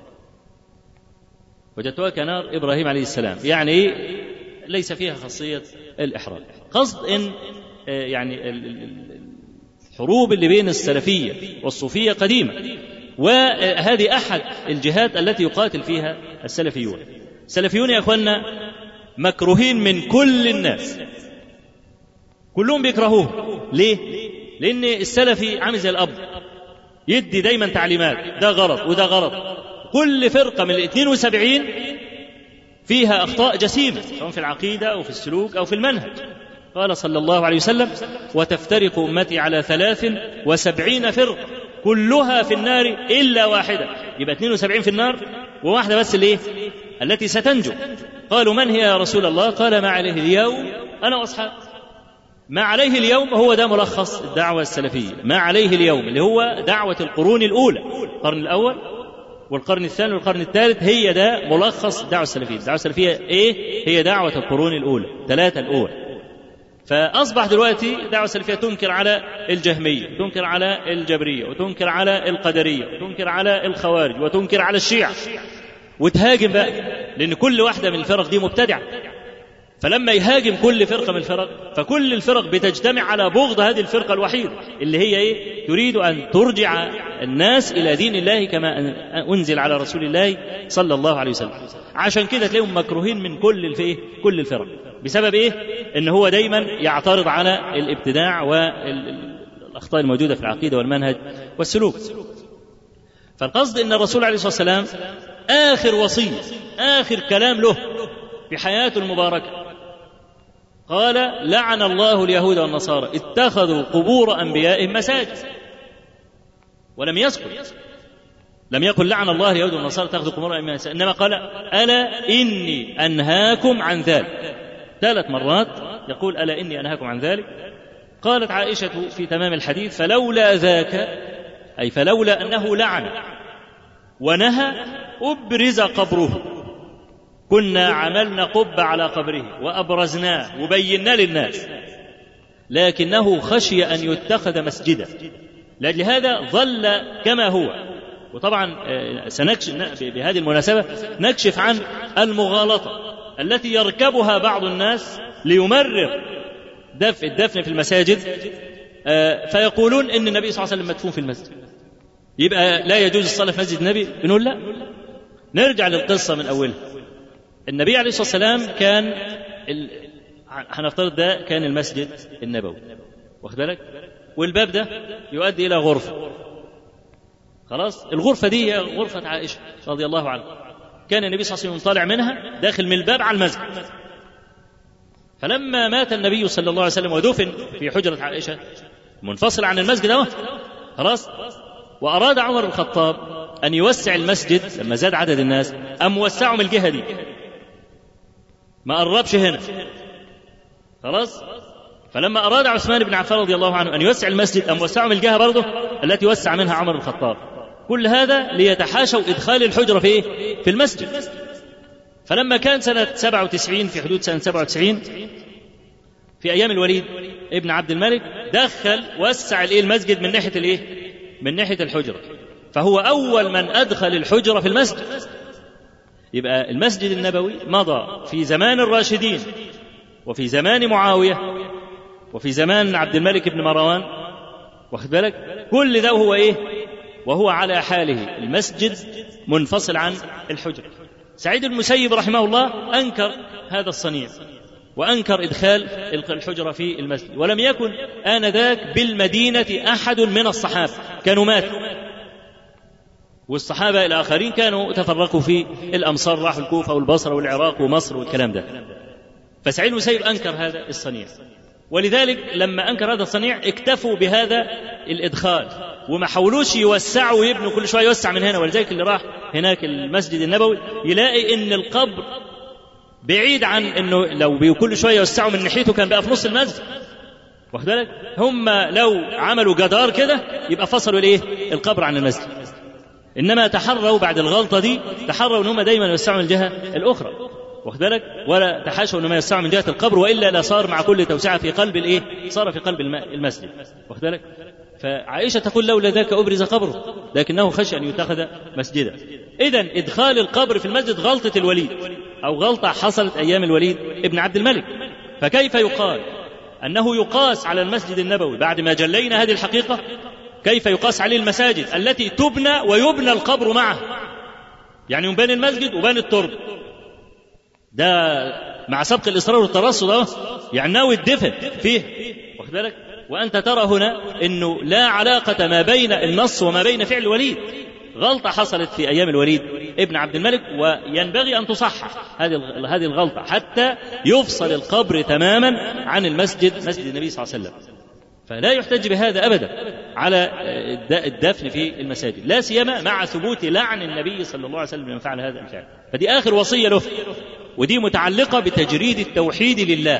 وجدتها كنار إبراهيم عليه السلام. يعني ليس فيها خاصية الإحراج. قصد إن يعني الحروب اللي بين السلفية والصوفية قديمة، وهذه أحد الجهات التي يقاتل فيها السلفيون. السلفيون يا أخوانا مكروهين من كل الناس، كلهم بيكرهوه. ليه؟ لأن السلفي عامل زي الأب، يدي دايما تعليمات، ده غلط وده غلط. كل فرقة من 72 فيها أخطاء جسيمة، سواء في العقيدة أو في السلوك أو في المنهج. قال صلى الله عليه وسلم: وتفترق أمتي على 73 فرقة كلها في النار إلا واحدة. يبقى 72 في النار وواحدة بس التي ستنجو. قالوا من هي يا رسول الله؟ قال ما عليه اليوم أنا وأصحابي. ما عليه اليوم هو ده ملخص الدعوة السلفية. ما عليه اليوم اللي هو دعوة القرون الأولى، القرن الأول والقرن الثاني والقرن الثالث، هي ده ملخص الدعوة السلفية. الدعوة السلفية هي دعوة القرون الأولى، 3 الأولى. فأصبح دلوقتي الدعوة السلفية تنكر على الجهمية، وتنكر على الجبرية، وتنكر على القدرية، وتنكر على الخوارج، وتنكر على الشيعة، وتهاجم بقى، لأن كل واحدة من الفرق دي مبتدعة. فلما يهاجم كل فرقة من الفرق فكل الفرق بتجتمع على بغض هذه الفرقة الوحيدة اللي هي إيه؟ تريد أن ترجع الناس إلى دين الله كما أنزل على رسول الله صلى الله عليه وسلم. عشان كده تلاقيهم مكروهين من كل الفرق. بسبب إيه؟ إن هو دايما يعترض على الابتداع والأخطاء الموجودة في العقيدة والمنهج والسلوك. فالقصد إن الرسول عليه الصلاة والسلام آخر وصية آخر كلام له في حياته المباركة قال: لعن الله اليهود والنصارى اتخذوا قبور أنبيائهم مساجد. ولم يذكر، لم يقل لعن الله اليهود والنصارى اتخذوا قبور أنبيائهم مساجد، إنما قال: ألا إني أنهاكم عن ذلك. 3 مرات يقول: ألا إني أنهاكم عن ذلك. قالت عائشة في تمام الحديث: فلولا ذاك، أي فلولا أنه لعن ونهى أبرز قبره، كنا عملنا قبة على قبره وأبرزناه وبينا للناس، لكنه خشي أن يتخذ مسجدا، لأجل هذا ظل كما هو. وطبعا بهذه المناسبة نكشف عن المغالطة التي يركبها بعض الناس ليمرر الدفن في المساجد، فيقولون إن النبي صلى الله عليه وسلم مدفون في المسجد، يبقى لا يجوز الصلاة في مسجد النبي. بنقول لا، نرجع للقصة من أولها. النبي عليه الصلاة والسلام كان هنفترض ده كان المسجد النبوي، واخد بالك، والباب ده يؤدي إلى غرفة. خلاص، الغرفة دي هي غرفة عائشة رضي الله عنها. كان النبي صلى الله عليه وسلم طالع منها داخل من الباب على المسجد. فلما مات النبي صلى الله عليه وسلم ودفن في حجرة عائشة منفصل عن المسجد اهو، خلاص، وأراد عمر بن الخطاب أن يوسع المسجد لما زاد عدد الناس، أم وسعوا من الجهة دي، ما قربش هنا، خلاص. فلما أراد عثمان بن عفان رضي الله عنه أن يوسع المسجد، أم وسعوا من الجهة برضه التي وسع منها عمر بن الخطاب. كل هذا ليتحاشوا إدخال الحجرة في المسجد. فلما كان سنة 97، في حدود سنة 97 في أيام الوليد ابن عبد الملك، دخل وسع المسجد من ناحية الحجرة، فهو أول من أدخل الحجرة في المسجد. يبقى المسجد النبوي مضى في زمان الراشدين وفي زمان معاوية وفي زمان عبد الملك بن مروان، واخد بالك، كل ده وهو على حاله، المسجد منفصل عن الحجرة. سعيد المسيب رحمه الله أنكر هذا الصنيع وأنكر إدخال الحجرة في المسجد، ولم يكن آنذاك بالمدينة أحد من الصحابة، كانوا ماتوا، والصحابة الآخرين كانوا تفرقوا في الأمصار، راحوا الكوفة والبصرة والعراق ومصر والكلام ده. فسعيد المسيب أنكر هذا الصنيع، ولذلك لما أنكر هذا الصنيع اكتفوا بهذا الإدخال وما حاولوش يوسعوا ويبنوا كل شوية يوسع من هنا. ولذلك اللي راح هناك المسجد النبوي يلاقي إن القبر بعيد عن إنه لو كل شوية يوسعوا من ناحيته كان بقى في نص المسجد، واخد بالك. هم لو عملوا جدار كده يبقى فصلوا القبر عن المسجد، إنما تحروا بعد الغلطة دي، تحروا إنهم دايما يوسعوا من الجهة الأخرى، واخد بالك، ولا تحاشوا إنهم يوسعوا من جهة القبر، وإلا لا صار مع كل توسعة في قلب صار في قلب المسجد، واخد بالك. فعائشة تقول: لولا ذاك أبرز قبره، لكنه خشي أن يتخذ مسجدا. إذن إدخال القبر في المسجد غلطة الوليد، أو غلطة حصلت أيام الوليد ابن عبد الملك. فكيف يقال أنه يقاس على المسجد النبوي بعد ما جلينا هذه الحقيقة؟ كيف يقاس عليه المساجد التي تبنى ويبنى القبر معه؟ يعني يبان المسجد وبان الترب، ده مع سبق الإصرار والترصد، يعني ناوي الدفن فيه، واخد بالك. وأنت ترى هنا أنه لا علاقة ما بين النص وما بين فعل الوليد، غلطة حصلت في أيام الوليد ابن عبد الملك، وينبغي أن تصحح هذه الغلطة حتى يفصل القبر تماما عن مسجد النبي صلى الله عليه وسلم. فلا يحتج بهذا أبدا على الدفن في المساجد، لا سيما مع ثبوت لعن النبي صلى الله عليه وسلم لمن فعل هذا الفعل. فدي آخر وصية له، ودي متعلقة بتجريد التوحيد لله.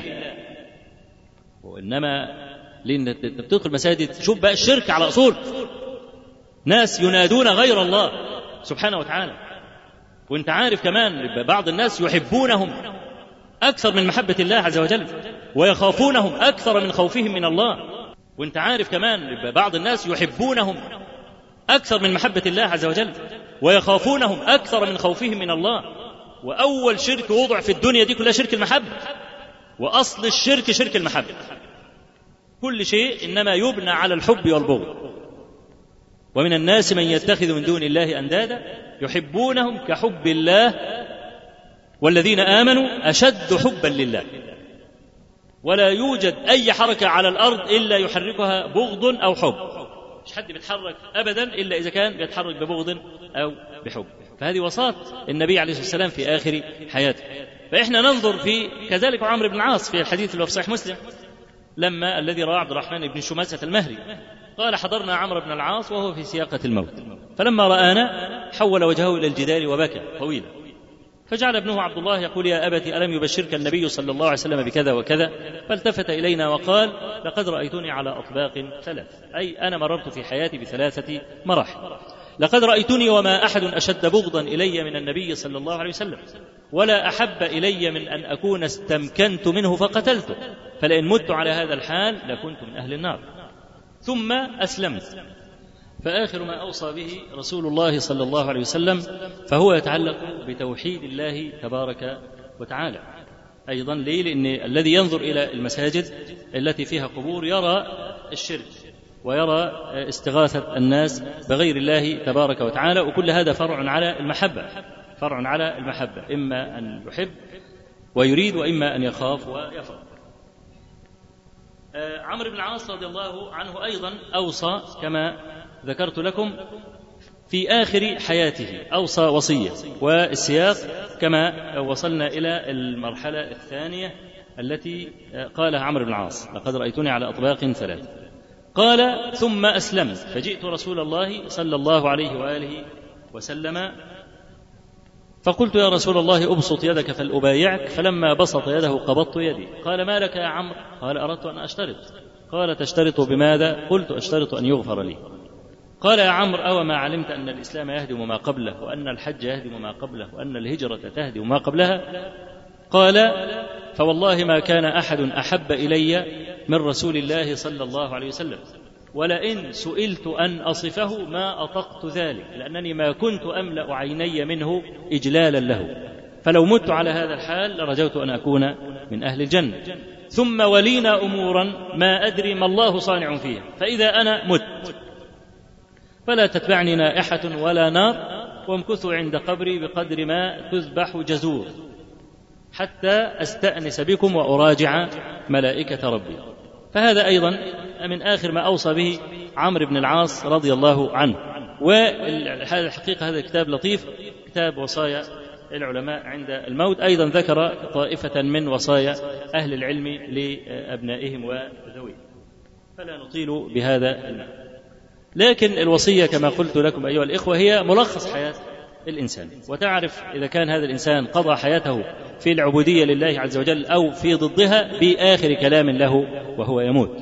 وإنما لأن تدخل المساجد شوف بقى الشرك على أصول، ناس ينادون غير الله سبحانه وتعالى، وانت عارف كمان بعض الناس يحبونهم أكثر من محبة الله عز وجل، ويخافونهم أكثر من خوفهم من الله. وانت عارف كمان بعض الناس يحبونهم أكثر من محبة الله عز وجل، ويخافونهم أكثر من خوفهم من الله. وأول شرك وضع في الدنيا دي كلها شرك المحبة، وأصل الشرك شرك المحبة. كل شيء إنما يبنى على الحب والبغض. ومن الناس من يتخذ من دون الله أندادا يحبونهم كحب الله والذين آمنوا أشد حبا لله. ولا يوجد أي حركة على الأرض إلا يحركها بغض أو حب. مش حد بيتحرك أبدا إلا إذا كان بيتحرك ببغض أو بحب. فهذه وصاة النبي عليه الصلاة والسلام في آخر حياته. فإحنا ننظر في كذلك عمرو بن العاص في الحديث اللي في صحيح مسلم لما الذي رواه عبد الرحمن بن شماسة المهري قال حضرنا عمرو بن العاص وهو في سياقة الموت، فلما رآنا حول وجهه إلى الجدار وبكى طويلا، فجعل ابنه عبد الله يقول يا أبت ألم يبشرك النبي صلى الله عليه وسلم بكذا وكذا؟ فالتفت إلينا وقال لقد رأيتني على أطباق ثلاث، أي أنا مررت في حياتي بثلاثة مراحل. لقد رأيتني وما أحد أشد بغضا إلي من النبي صلى الله عليه وسلم، ولا أحب إلي من أن أكون استمكنت منه فقتلته، فلئن مت على هذا الحال لكنت من أهل النار. ثم أسلمت. فآخر ما أوصى به رسول الله صلى الله عليه وسلم فهو يتعلق بتوحيد الله تبارك وتعالى أيضا. ليه؟ لأن الذي ينظر إلى المساجد التي فيها قبور يرى الشرك ويرى استغاثة الناس بغير الله تبارك وتعالى، وكل هذا فرع على المحبة، فرع على المحبة، إما أن يحب ويريد وإما أن يخاف ويفرح. عمرو بن العاص رضي الله عنه أيضا أوصى كما ذكرت لكم في آخر حياته، أوصى وصية، والسياق كما وصلنا إلى المرحلة الثانية التي قالها عمرو بن العاص لقد رأيتني على أطباق ثلاث. قال ثم أسلمت فجئت رسول الله صلى الله عليه وآله وسلم فقلت يا رسول الله أبسط يدك فلأبايعك، فلما بسط يده قبضت يدي. قال ما لك يا عمرو؟ قال أردت أن أشترط. قال تشترط بماذا؟ قلت أشترط أن يغفر لي. قال يا عمرو أو ما علمت أن الإسلام يهدم ما قبله وأن الحج يهدم ما قبله وأن الهجرة تهدم ما قبلها؟ قال فوالله ما كان أحد أحب إلي من رسول الله صلى الله عليه وسلم، ولئن سئلت أن أصفه ما أطقت ذلك، لأنني ما كنت أملأ عيني منه إجلالا له، فلو مت على هذا الحال لرجوت أن أكون من أهل الجنة. ثم ولينا أمورا ما أدري ما الله صانع فيها، فإذا أنا مت فلا تتبعني نائحة ولا نار، وامكثوا عند قبري بقدر ما تذبح جزور حتى أستأنس بكم وأراجع ملائكة ربي. فهذا أيضا من آخر ما أوصى به عمرو بن العاص رضي الله عنه. وهذا الحقيقة هذا الكتاب لطيف، كتاب وصايا العلماء عند الموت، أيضا ذكر طائفة من وصايا أهل العلم لأبنائهم وذويهم، فلا نطيل بهذا المعنى. لكن الوصية كما قلت لكم أيها الإخوة هي ملخص حياة الإنسان، وتعرف إذا كان هذا الإنسان قضى حياته في العبودية لله عز وجل أو في ضدها بآخر كلام له وهو يموت.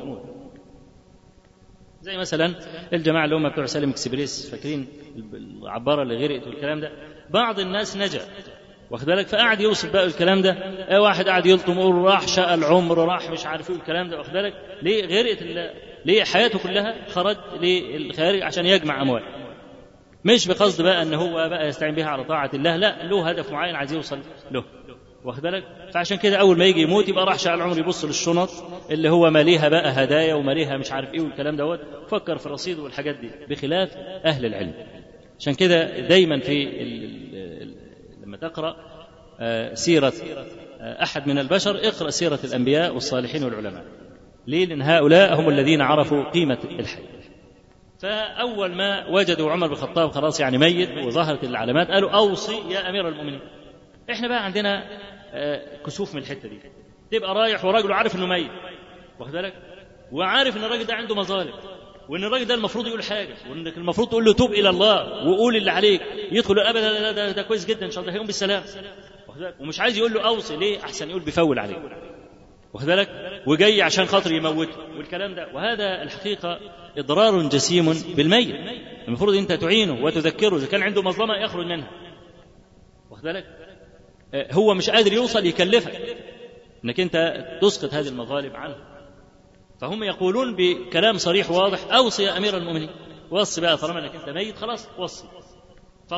زي مثلا الجماعة اللي هم بتوع سالم اكسبريس، فاكرين العبارة اللي غرقت والكلام ده؟ بعض الناس نجا واخد بالك، فقعد يوصف بقى الكلام ده، واحد قاعد يلطم يقول راح شقى العمر راح مش عارف ايه الكلام ده، واخد بالك ليه؟ غرقت ليه حياته كلها خرج للخارج عشان يجمع أموال، مش بقصد بقى أن هو بقى يستعين بها على طاعة الله، لا، له هدف معين عايز يوصل له، واخد بالك. فعشان كده أول ما يجي يموت يبقى راح شقى العمر يبص للشنط اللي هو ماليها بقى هدايا وماليها مش عارف ايه والكلام دوت، فكر في رصيد والحاجات دي، بخلاف أهل العلم. عشان كده دايما لما تقرأ سيرة أحد من البشر اقرأ سيرة الأنبياء والصالحين والعلماء. ليه؟ لأن هؤلاء هم الذين عرفوا قيمة الحي. فأول ما وجدوا عمر بن الخطاب خلاص يعني ميت وظهرت العلامات قالوا أوصي يا أمير المؤمنين. إحنا بقى عندنا كسوف من الحتة دي، تبقى رايح وراجل عارف إنه ميت، واخد بالك، وعارف إن الراجل ده عنده مظالم، وإن الراجل ده المفروض يقول حاجة، وإنك المفروض تقول له توب إلى الله وقول اللي عليك، يدخل أبدا ده كويس جدا إن شاء الله هيقوم بالسلام، واخد بالك، ومش عايز يقول له أوصي، ليه؟ أحسن يقول بيفول عليه، واخد بالك، وجاي عشان خاطر يموته والكلام ده. وهذا الحقيقة إضرار جسيم بالميت، المفروض أنت تعينه وتذكره إذا كان عنده مظلمة يخرج منها، واخد بالك. هو مش قادر يوصل يكلفك انك انت تسقط هذه المظالم عنه، فهم يقولون بكلام صريح واضح أوصي يا أمير المؤمنين، وصي بقى طالما انك انت ميت خلاص وصي.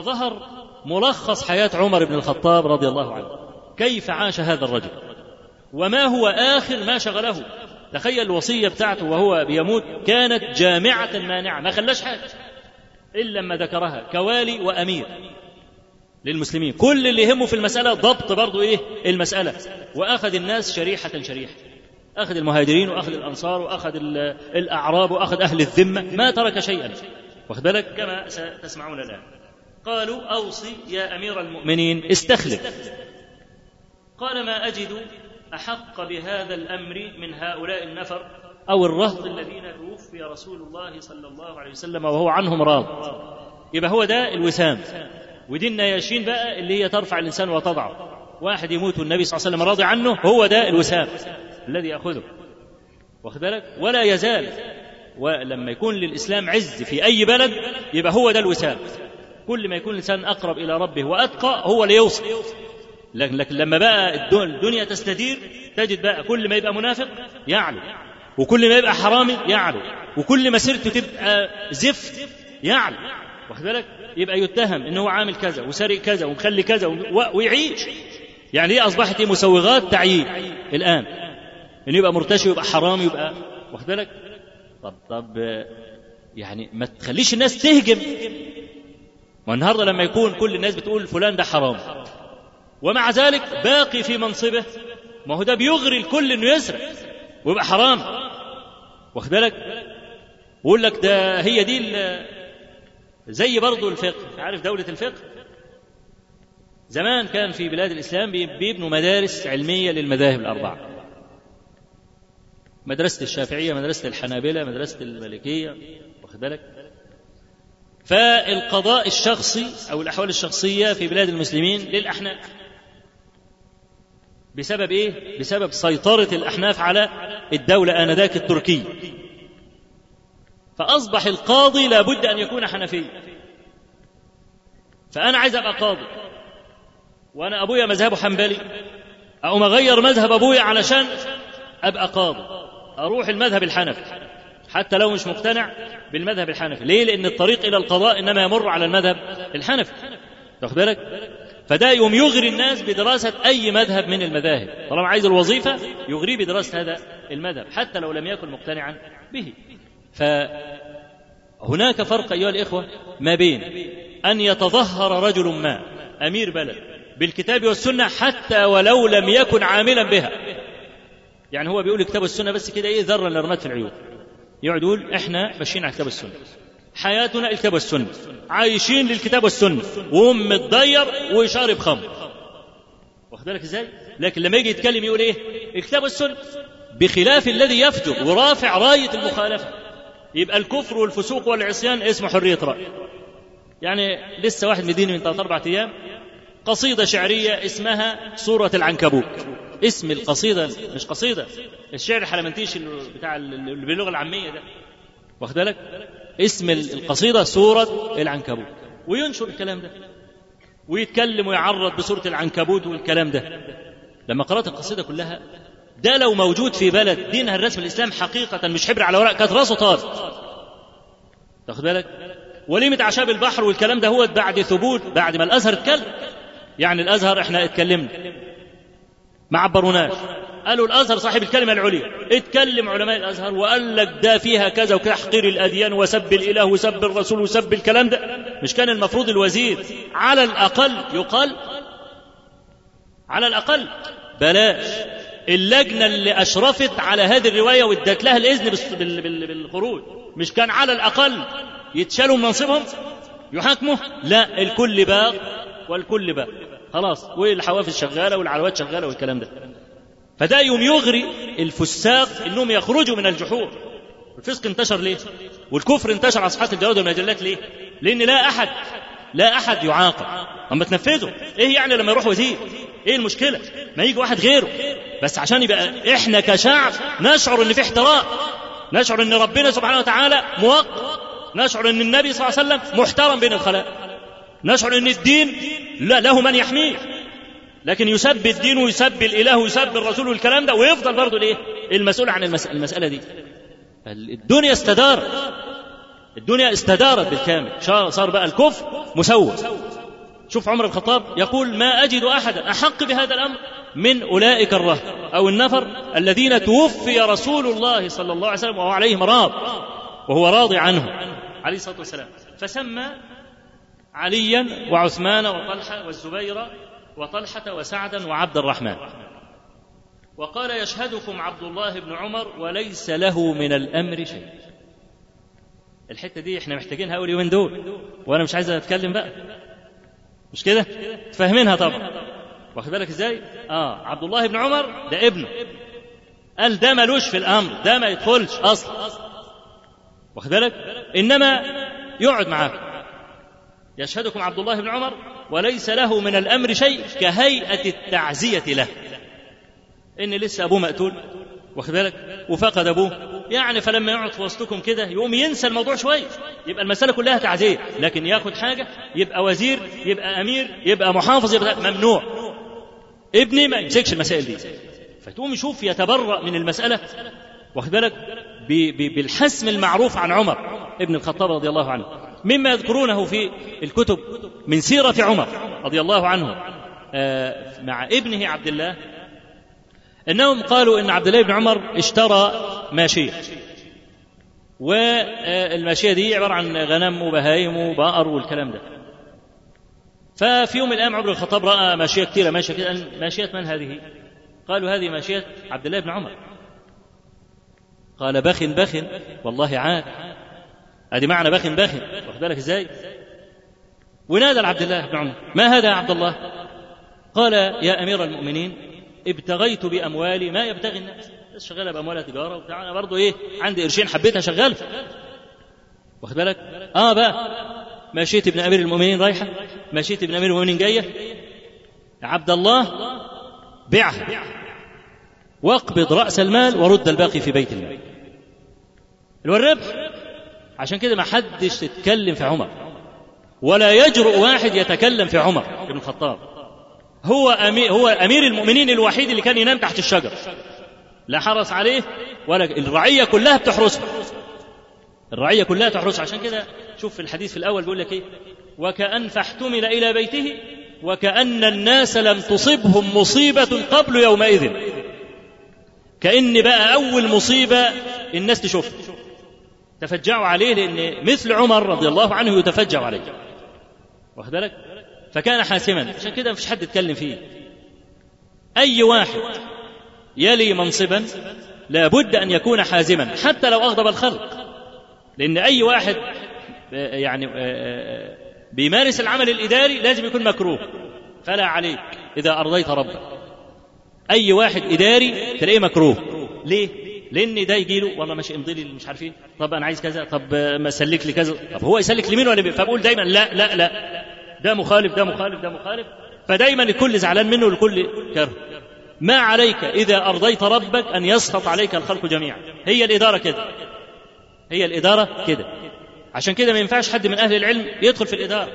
فظهر ملخص حياة عمر بن الخطاب رضي الله عنه، كيف عاش هذا الرجل، وما هو آخر ما شغله. تخيل الوصية بتاعته وهو بيموت كانت جامعة مانعة، ما خلاش حاجة إلا لما ذكرها كوالي وأمير للمسلمين. كل اللي يهمه في المسألة ضبط برضو المسألة. وأخذ الناس شريحة شريحة، أخذ المهاجرين وأخذ الأنصار وأخذ الأعراب وأخذ أهل الذمة، ما ترك شيئا. واخد بالك كما ستسمعون الآن. قالوا أوصي يا أمير المؤمنين استخلف. قال ما أجد أحق بهذا الأمر من هؤلاء النفر أو الرهط الذين توفي رسول الله صلى الله عليه وسلم وهو عنهم راض. يبقى هو ده الوسام. ودي النياشين بقى اللي هي ترفع الإنسان وتضعه. واحد يموت والنبي صلى الله عليه وسلم راضي عنه، هو ده الوسام الذي يأخذه. واخد بالك ولا يزال. ولما يكون للإسلام عز في أي بلد يبقى هو ده الوسام. كل ما يكون الإنسان أقرب إلى ربه وأتقى هو اللي يوصل. لكن لما بقى الدنيا تستدير تجد بقى كل ما يبقى منافق يعلو، وكل ما يبقى حرامي يعلو، وكل ما سيرته تبقى زفت يعلو. واخد بالك يبقى يتهم إنه هو عامل كذا وسرق كذا ومخلي كذا ويعيش. يعني هي أصبحت مسوغات تعيين الآن، إنه يبقى مرتشي ويبقى حرامي ويبقى. واخد بالك طب يعني ما تخليش الناس تهجم. والنهارده لما يكون كل الناس بتقول فلان ده حرام ومع ذلك باقي في منصبه، ما هو ده بيغري الكل انه يسرق ويبقى حرام. واخد بالك ويقول لك ده هي دي زي برضو الفقه. عارف دولة الفقه زمان كان في بلاد الإسلام بيبنوا مدارس علمية للمذاهب الأربعة، مدرسة الشافعية، مدرسة الحنابلة، مدرسة المالكية. واخد بالك فالقضاء الشخصي أو الأحوال الشخصية في بلاد المسلمين للأحناف. بسبب إيه؟ بسبب سيطرة الأحناف على الدولة آنذاك التركية. فأصبح القاضي لابد أن يكون حنفي. فأنا عايز أبقى قاضي وأنا أبويا مذهبه حنبلي، أقوم أغير مذهب أبويا علشان أبقى قاضي، أروح المذهب الحنفي حتى لو مش مقتنع بالمذهب الحنفي. ليه؟ لأن الطريق إلى القضاء إنما يمر على المذهب الحنفي. تاخد بالك؟ فده يوم يغري الناس بدراسة أي مذهب من المذاهب. طالما عايز الوظيفة يغري بدراسة هذا المذهب حتى لو لم يكن مقتنعا به. فهناك فرق أيها الإخوة ما بين أن يتظهر رجل ما أمير بلد بالكتاب والسنة حتى ولو لم يكن عاملا بها. يعني هو بيقول الكتاب والسنة بس كده إيه ذرة لرمات في العيون، يقعد يقول إحنا ماشيين على الكتاب والسنة، حياتنا الكتاب والسنة، عايشين للكتاب والسنة، وهم متضير ويشارب خمر. واخد بالك إزاي؟ لكن لما يجي يتكلم يقول إيه؟ الكتاب والسنة، بخلاف الذي يفجر ورافع راية المخالفة. يبقى الكفر والفسوق والعصيان اسمه حرية رأي. يعني لسه واحد مديني من 3-4 أيام قصيدة شعرية اسمها سورة العنكبوت. اسم القصيدة مش قصيدة الشعر الحلمنتيش بتاع اللي باللغة العامية ده. واخد بالك؟ اسم القصيدة سورة العنكبوت، وينشر الكلام ده ويتكلم ويعرض بسورة العنكبوت والكلام ده. لما قرأت القصيدة كلها، ده لو موجود في بلد دينها الرسمي الإسلام حقيقة مش حبر على ورق كانت راسه طار. تاخد بالك؟ وليمة أعشاب البحر والكلام ده هو بعد ثبوت، بعد ما الأزهر اتكلم. يعني الأزهر احنا اتكلمنا ما عبروناش، قالوا الأزهر صاحب الكلمة العليا. اتكلم علماء الأزهر وقال لك ده فيها كذا وتحقير الأديان وسب الإله وسب الرسول وسب الكلام ده. مش كان المفروض الوزير على الأقل يقال؟ على الأقل بلاش اللجنة اللي أشرفت على هذه الرواية وادت لها الإذن بالخروج، مش كان على الأقل يتشالوا من منصبهم يحاكموا؟ لا، الكل باق والكل باق خلاص، والحوافز شغالة والعلوات شغالة والكلام ده. فده يوم يغري الفساق انهم يخرجوا من الجحور. الفسق انتشر ليه؟ والكفر انتشر على صفحات الجرائد والمجلات ليه؟ لان لا احد يعاقب. اما تنفذوا ايه يعني لما يروح وزير؟ ايه المشكلة؟ ما يجي واحد غيره، بس عشان يبقى احنا كشعب نشعر ان في احترام، نشعر ان ربنا سبحانه وتعالى موقر، نشعر ان النبي صلى الله عليه وسلم محترم بين الخلائق، نشعر ان الدين لا له من يحميه. لكن يسب الدين ويسب الإله ويسب الرسول والكلام ده، ويفضل برضه الايه المسؤول عن المسألة دي. الدنيا استدارت بالكامل، صار بقى الكفر مسوى. شوف عمر بن الخطاب يقول ما أجد أحدا أحق بهذا الأمر من أولئك الرهط. أو النفر الذين توفي رسول الله صلى الله عليه وسلم وهو عليهم راض، وهو راضي عنهم عليه الصلاة والسلام، فسمى عليا وعثمان وطلحة والزبير وطلحة وسعدا وعبد الرحمن، وقال يشهدكم عبد الله بن عمر وليس له من الأمر شيء. الحتة دي احنا محتاجينها أول يومين دول، وأنا مش عايز أتكلم بقى، مش كده؟ تفهمينها طبعا، واخد بالك ازاي؟ عبد الله بن عمر ده ابنه، قال ده ملوش في الأمر، ده ما يدخلش أصلا، واخد بالك؟ إنما يقعد معاكم. يشهدكم عبد الله بن عمر وليس له من الأمر شيء كهيئة التعزية له، إن لسه أبوه مقتول، واخد بالك؟ وفقد أبوه، يعني فلما يقعد في وسطكم كده يقوم ينسى الموضوع شوية، يبقى المسألة كلها تعزية، لكن ياخد حاجة يبقى وزير، يبقى أمير، يبقى محافظ، يبقى ممنوع. ابني ما يمسكش المسائل دي، فتقوم يشوف يتبرأ من المسألة، واخد بالك؟ بالحسم المعروف عن عمر ابن الخطاب رضي الله عنه، مما يذكرونه في الكتب من سيرة عمر رضي الله عنه مع ابنه عبد الله، إنهم قالوا إن عبد الله بن عمر اشترى ماشية، والماشية دي عبارة عن غنم وبهايم وبقر والكلام ده. ففي يوم من الأيام عمر الخطاب رأى ماشية كثيرة ماشية كده، ماشية من هذه؟ قالوا هذه ماشية عبد الله بن عمر. قال بخ بخ والله عاد، هذه معنى بخ بخ، واخد بالك ازاي؟ ونادى عبد الله بن عمر ما هذا يا عبد الله؟ قال يا أمير المؤمنين ابتغيت بأموالي ما يبتغي الناس، شغالة بأموالها تجارة وبتاع، أنا برضو عندي قرشين حبيتها شغالة، واخد بالك؟ بقى ماشية ابن أمير المؤمنين رايحة، ماشية ابن أمير المؤمنين جاية، عبد الله بيعها واقبض رأس المال ورد الباقي في بيت المال، الربح. عشان كده ما حدش تتكلم في عمر، ولا يجرؤ واحد يتكلم في عمر بن الخطاب. هو أمير المؤمنين الوحيد اللي كان ينام تحت الشجر، لا حرس عليه ولا الرعية كلها بتحرسه، الرعية كلها تحرسه. عشان كده شوف في الحديث في الأول بيقول لك إيه؟ وكأن فاحتمل إلى بيته وكأن الناس لم تصبهم مصيبة قبل يومئذ، كأن بقى أول مصيبة الناس تشوف تفجعوا عليه، لأن مثل عمر رضي الله عنه يتفجع عليه، واخد بالك؟ فكان حاسما، عشان كده مفيش حد يتكلم فيه. أي واحد يلي منصبا لابد أن يكون حازما حتى لو أغضب الخلق، لأن أي واحد يعني بيمارس العمل الإداري لازم يكون مكروه، فلا عليك إذا أرضيت ربك. أي واحد إداري تلاقيه مكروه، ليه؟ لأن ده يجي له والله ماشي امضي لي مش عارف ايه، طب أنا عايز كذا، طب ما سلك لي كذا، طب هو يسلك لمين ولا فبقول دايما لا لا لا، ده مخالف ده مخالف ده مخالف، فدايما الكل زعلان منه والكل كره. ما عليك إذا أرضيت ربك أن يسخط عليك الخلق جميعا. هي الإدارة كده، هي الإدارة كده. عشان كده ما ينفعش حد من أهل العلم يدخل في الإدارة.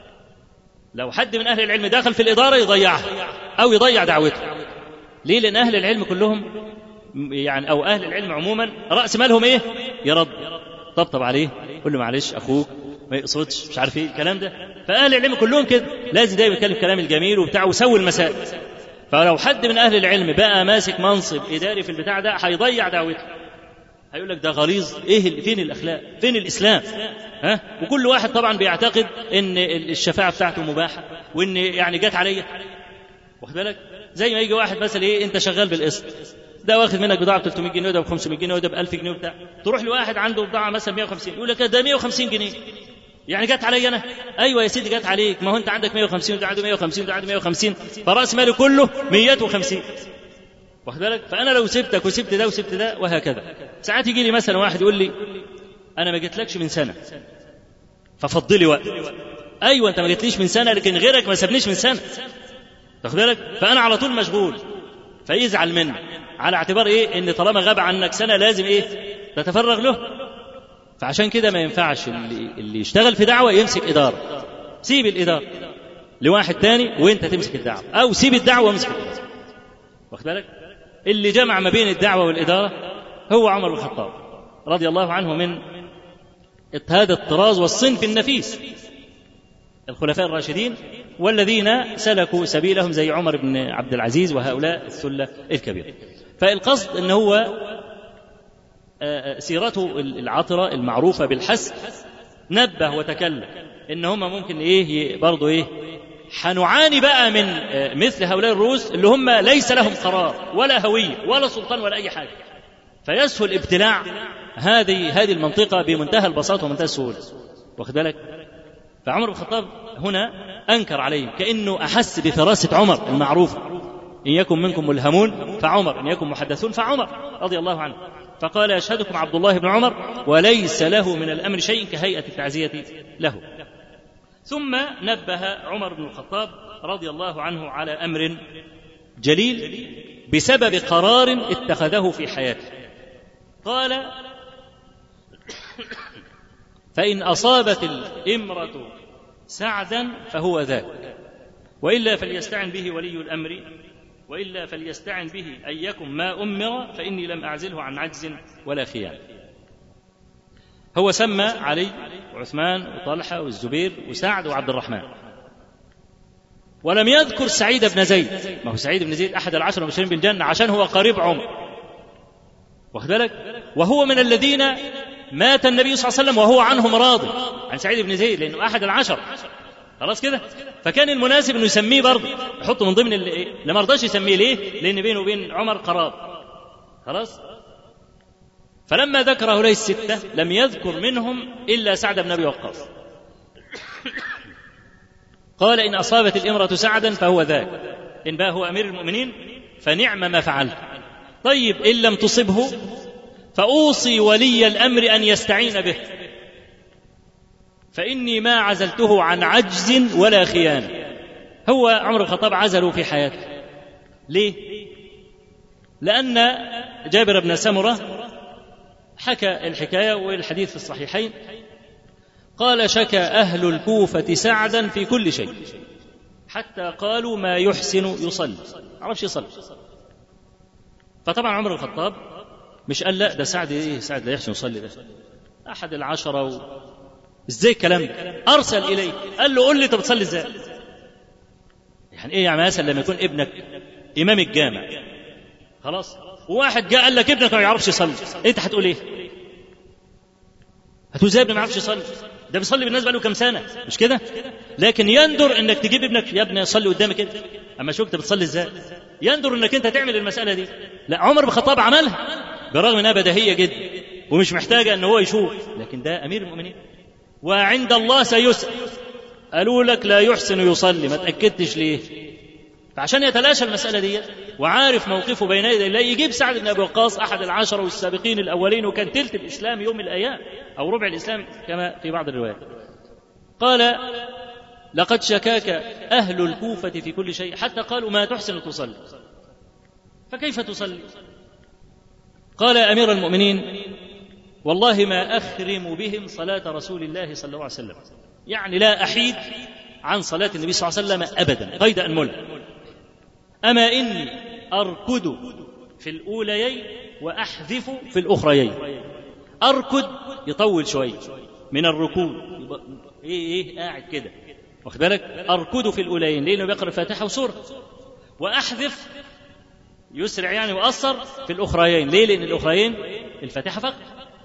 لو حد من أهل العلم دخل في الإدارة يضيعها أو يضيع دعوته. ليه؟ لأن أهل العلم كلهم يعني أو أهل العلم عموما رأس مالهم إيه؟ يرد، طبطب عليه، قل له معلش أخوك ما يقصدش، مش عارف إيه الكلام ده. فأهل العلم كلهم كده، لازم دايما يتكلم كلام الجميل وبتاع ويسوي المسائل. فلو حد من أهل العلم بقى ماسك منصب إداري في البتاع ده هيضيع دعوته، هيقول لك ده غليظ، إيه فين الأخلاق، فين الإسلام؟ وكل واحد طبعا بيعتقد إن الشفاعة بتاعته مباحة، وإن يعني جت عليا، واخد بالك؟ زي ما يجي واحد مثلا إيه، أنت شغال بالقسط، ده واخد منك بضاعة ب 300 جنيه وده ب 500 جنيه وده ب 1000 جنيه وبتاع، تروح لواحد عنده بضاعة مثلا 150، يقول لك ده 150 جنيه، يعني جت علي أنا؟ أيوة يا سيدي جت عليك، ما هو أنت عندك 150 وده عنده 150 وده عنده 150، فرأس مالي كله 150، واخد بالك؟ فأنا لو سبتك وسبت ده وسبت ده وهكذا. ساعات يجي لي مثلا واحد يقول لي أنا ما جيتلكش من سنة ففضلي وقت. أيوة أنت ما جيتليش من سنة، لكن غيرك ما سابنيش من سنة، واخد بالك؟ فأنا على طول مشغول، فيزعل مني على اعتبار إيه؟ إن طالما غاب عنك سنة لازم إيه؟ تتفرغ له. فعشان كده ما ينفعش اللي يشتغل في دعوة يمسك إدارة، سيب الإدارة لواحد تاني وإنت تمسك الدعوة، أو سيب الدعوة وامسك الإدارة، واخد بالك؟ اللي جمع ما بين الدعوة والإدارة هو عمر بن الخطاب رضي الله عنه، من هذا الطراز والصنف النفيس. الخلفاء الراشدين والذين سلكوا سبيلهم زي عمر بن عبد العزيز وهؤلاء الثلة الكبيرة. فالقصد أنه هو سيرته العطرة المعروفة بالحسن نبه وتكلم إن هم ممكن برضو حنعاني بقى من مثل هؤلاء الرؤوس اللي هم ليس لهم قرار ولا هوية ولا سلطان ولا أي حاجة، فيسهل ابتلاع هذه المنطقة بمنتهى البساطة ومنتهى السهولة. واخد بالك؟ فعمر بن الخطاب هنا أنكر عليهم، كأنه أحس بفراسة عمر المعروفة، إن يكن منكم ملهمون فعمر، إن يكن محدثون فعمر رضي الله عنه. فقال: يشهدكم عبد الله بن عمر وليس له من الأمر شيء كهيئة التعزية له. ثم نبه عمر بن الخطاب رضي الله عنه على أمر جليل بسبب قرار اتخذه في حياته. قال: فإن أصابت الإمرة سعدا فهو ذاك، وإلا فليستعن به ولي الأمر، وإلا فليستعن به أن يكن ما أمر، فإني لم أعزله عن عجز ولا خيانة. هو سمى علي وعثمان وطلحة والزبير وسعد وعبد الرحمن، ولم يذكر سعيد بن زيد. ما هو سعيد بن زيد أحد 10 المبشرين بالجنة عشان هو قريب عمر، واخد بالك؟ وهو من الذين مات النبي صلى الله عليه وسلم وهو عنهم راضي، عن سعيد بن زيد، لأنه أحد 10. خلاص كده، فكان المناسب انه يسميه برضه، يحطه من ضمن لما رضاش يسميه. ليه؟ لان بينه وبين عمر قراب. خلاص. فلما ذكر هؤلاء الستة لم يذكر منهم الا سعد بن ابي وقاص. قال: ان اصابت الامرة سعدا فهو ذاك، ان بقى هو امير المؤمنين فنعم ما فعلت. طيب ان لم تصبه فاوصي ولي الامر ان يستعين به، فإني ما عزلته عن عجز ولا خيانة. هو عمر بن الخطاب عزله في حياته. ليه؟ لأن جابر بن سمرة حكى الحكاية والحديث في الصحيحين، قال: شكى أهل الكوفة سعدا في كل شيء، حتى قالوا ما يحسن يصلي، عرفش يصلي. فطبعا عمر بن الخطاب مش قال لا ده سعد لا يحسن يصلي، ده أحد 10 ازاي الكلام ده؟ ارسل اليه قال له: قل لي انت بتصلي ازاي؟ يعني ايه يعني مثلا لما يكون ابنك امام الجامع، خلاص، وواحد جاء قال لك ابنك ما يعرفش يصلي، انت هتقول ايه؟ هتقول ازاي ابني ما يعرفش يصلي؟ ده بيصلي بالناس بقى له كام سنه، مش كده؟ لكن يندر انك تجيب ابنك: يا ابني صلي قدامك انت، اما شوف انت بتصلي ازاي. يندر انك انت تعمل المساله دي. لا، عمر بن الخطاب عملها برغم انها بديهيه جدا ومش محتاجه ان هو يشوف، لكن ده امير المؤمنين وعند الله سيسأل. قالوا لك لا يحسن يصلي، ما تأكدتش ليه؟ فعشان يتلاشى المسألة دي وعارف موقفه بين يدي الله، يجيب سعد بن أبي وقاص أحد 10 والسابقين الأولين، وكان تلت الإسلام يوم من الأيام أو ربع الإسلام كما في بعض الروايات. قال: لقد شكاك أهل الكوفة في كل شيء، حتى قالوا ما تحسن تصلي، فكيف تصلي؟ قال: يا أمير المؤمنين، والله ما أخرم بهم صلاة رسول الله صلى الله عليه وسلم، يعني لا أحيد عن صلاة النبي صلى الله عليه وسلم أبدا قيد أنمل. أما إني أركض في الأوليين وأحذف في الأخريين. أركض يطول شوي من الركوع، قاعد كده، واخد بالك؟ أركض في الأوليين لأنه بيقرأ الفاتحة وسورة، وأحذف يسرع يعني وأصر في الأخريين. ليه؟ لأن الأخريين الفاتحة فقط.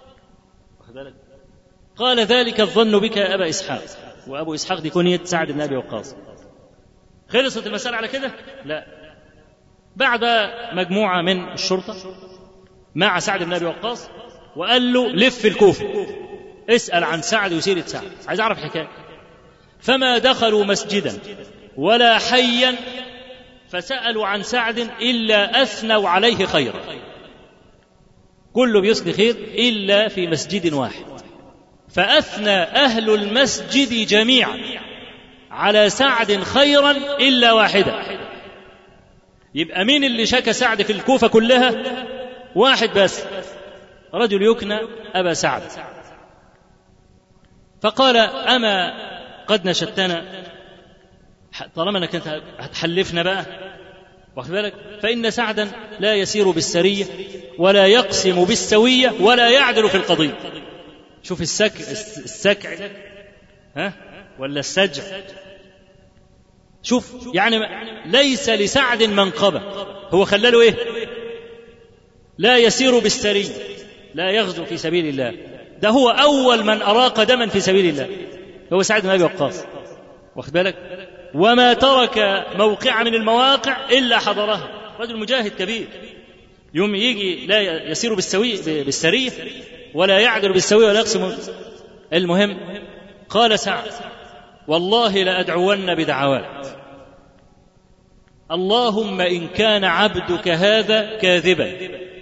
قال: ذلك الظن بك يا أبا إسحاق. وأبو إسحاق دي كنية سعد بن أبي وقاص. خلصت المسألة على كده؟ لا، بعد مجموعة من الشرطة مع سعد بن أبي وقاص وقال له: لف الكوفة اسأل عن سعد وسيرة سعد، عايز أعرف حكاية. فما دخلوا مسجدا ولا حيا فسألوا عن سعد إلا أثنوا عليه خيرا، كله بيثني خير إلا في مسجد واحد، فأثنى أهل المسجد جميعا على سعد خيرا إلا واحدة. يبقى مين اللي شكى سعد في الكوفة كلها؟ واحد بس، رجل يكنى أبا سعد. فقال: أما قد نشدتنا، طالما أنك أنت هتحلفنا بقى، واخد بالك؟ فإن سعدا لا يسير بالسرية ولا يقسم بالسوية ولا يعدل في القضية. شوف السكع ده، ها، ولا السجع، شوف يعني ليس لسعد منقبة، هو خلاله إيه؟ لا يسير بالسري، لا يغزو في سبيل الله، ده هو أول من أراق دما في سبيل الله، هو سعد بن أبي وقاص، واخد بالك؟ وما ترك موقع من المواقع إلا حضرها، رجل مجاهد كبير، يوم يجي لا يسير بالسرية ولا يعدل بالسوية ولا يقسم. المهم قال سعد: والله لأدعون بدعوات، اللهم إن كان عبدك هذا كاذبا.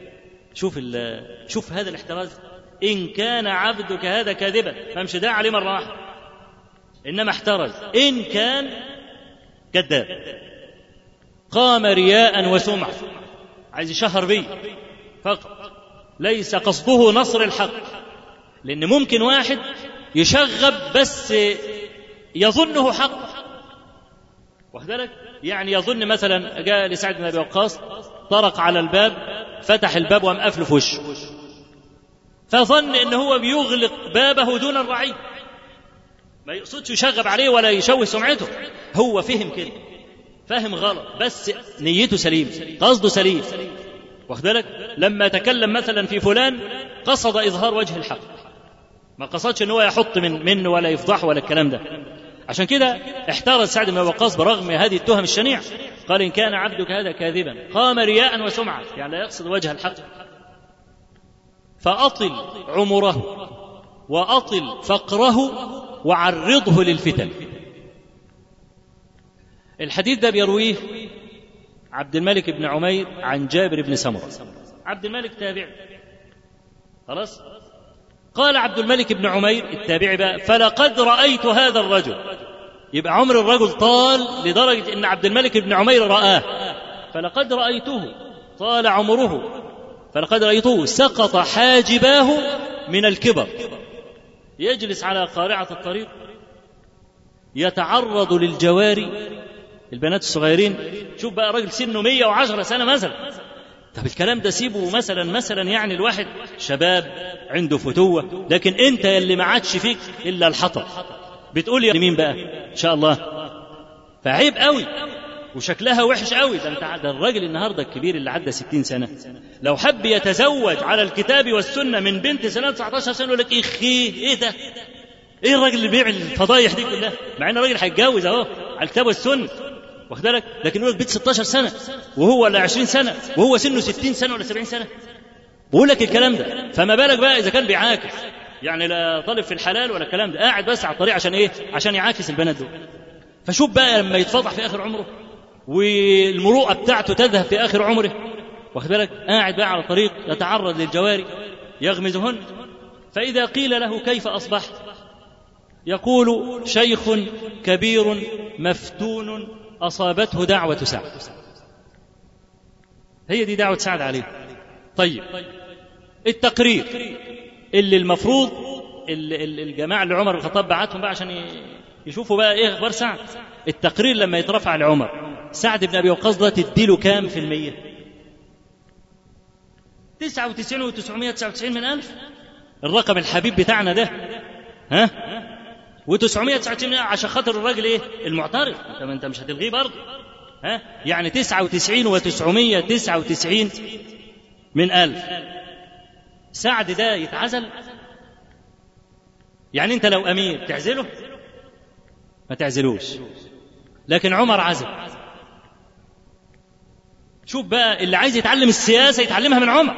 شوف هذا الاحتراز، إن كان عبدك هذا كاذبا، فمش داع عليه مرة واحدة، إنما احترز إن كان كذاب. قام رياء وسمعة، عايز يشهر بيه فقط، ليس قصده نصر الحق، لأن ممكن واحد يشغب بس يظنه حق، واخد بالك؟ يعني يظن مثلا جاء لسعد بن أبي وقاص طرق على الباب، فتح الباب وقام قافله في وشه، فظن إن هو بيغلق بابه دون الرعي، ما يقصدش يشغب عليه ولا يشوه سمعته، هو فهم كده، فهم غلط، بس نيته سليم، قصده سليم، واخد بالك؟ لما تكلم مثلا في فلان قصد إظهار وجه الحق، ما قصدش ان هو يحط منه ولا يفضحه ولا الكلام ده. عشان كده احترز سعد بن وقاص برغم هذه التهم الشنيعة، قال: إن كان عبدك هذا كاذبا، قام رياء وسمعة، يعني لا يقصد وجه الحق، فأطل عمره وأطل فقره وعرضه للفتن. الحديث ده بيرويه عبد الملك بن عمير عن جابر بن سمرة. عبد الملك تابع، خلاص. قال عبد الملك بن عمير التابعي بقى: فلقد رأيت هذا الرجل، يبقى عمر الرجل طال لدرجة ان عبد الملك بن عمير رآه، فلقد رأيته طال عمره، فلقد رأيته سقط حاجباه من الكبر، يجلس على قارعة الطريق يتعرض للجواري، البنات الصغيرين. شوف بقى راجل سنه 110 سنة مثلا، طب الكلام ده سيبه مثلا يعني الواحد شباب عنده فتوة، لكن انت اللي ما عادش فيك الا الحطب، بتقول يا مين بقى ان شاء الله؟ فعيب قوي، وشكلها وحش قوي. ده الراجل النهارده الكبير اللي عدى 60 سنة لو حب يتزوج على الكتاب والسنة من بنت سنة 19 سنة يقول لك: ايه ده؟ ايه الراجل اللي بيعمل الفضايح دي كلها؟ مع ان الراجل هيتجوز اهو على الكتاب والسنة، واخد بالك؟ لكن يقول لك بنت 16 سنة وهو ولا 20 سنة وهو سنه 60 سنة ولا 70 سنة، بقول لك الكلام ده. فما بالك بقى اذا كان بيعاكس، يعني لا طالب في الحلال ولا الكلام ده، قاعد بس على الطريق عشان ايه؟ عشان يعاكس البنات دول. فشوف بقى لما يتفضح في اخر عمره والمروءه بتاعته تذهب في اخر عمره، واخد بالك؟ قاعد بقى على الطريق يتعرض للجواري يغمزهن، فاذا قيل له: كيف اصبحت؟ يقول: شيخ كبير مفتون أصابته دعوة سعد. هي دي دعوة سعد عليه. طيب التقرير اللي المفروض الجماعة اللي عمر الخطاب بعتهم بقى عشان يشوفوا بقى ايه اخبار سعد، التقرير لما يترفع لعمر: سعد بن أبي وقاص ده تديله كام في المية؟ 99 من 1000، الرقم الحبيب بتاعنا ده، ها؟ و999 عشان خاطر الراجل ايه؟ المعترض، انت مش هتلغيه برضه، ها؟ يعني 99 و999 من 1000. سعد ده يتعزل؟ يعني انت لو امير تعزله؟ ما تعزلوش، لكن عمر عزل. شوف بقى اللي عايز يتعلم السياسة يتعلمها من عمر.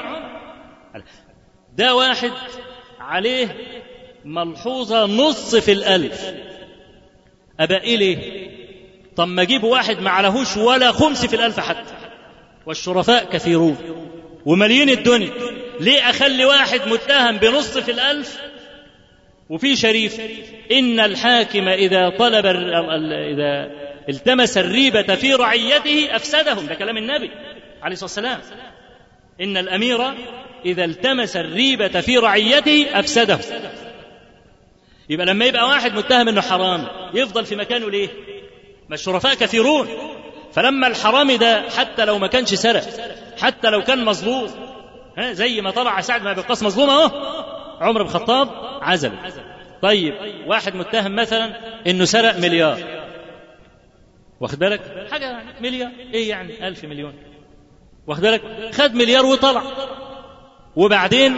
ده واحد عليه ملحوظة نص في 1000، أبقى ليه؟ طب ما أجيب واحد ما عليهوش ولا خمس في 1000 حتى، والشرفاء كثيرون ومليين الدنيا، ليه أخلي واحد متهم بنص في 1000 وفي شريف؟ إن الحاكم إذا طلب إذا التمس الريبة في رعيته أفسدهم، ده كلام النبي عليه الصلاة والسلام. إن الأمير إذا التمس الريبة في رعيته أفسدهم. يبقى لما يبقى واحد متهم إنه حرام يفضل في مكانه ليه؟ ما الشرفاء كثيرون، فلما الحرامي ده حتى لو ما كانش سرق، حتى لو كان مظلوم، زي ما طلع سعد بن أبي وقاص مظلوم اهو، عمر بن الخطاب عزله. طيب واحد متهم مثلا إنه سرق مليار، واخد بالك؟ حاجة يعني مليار، إيه يعني 1000 مليون، واخد بالك؟ خد مليار وطلع، وبعدين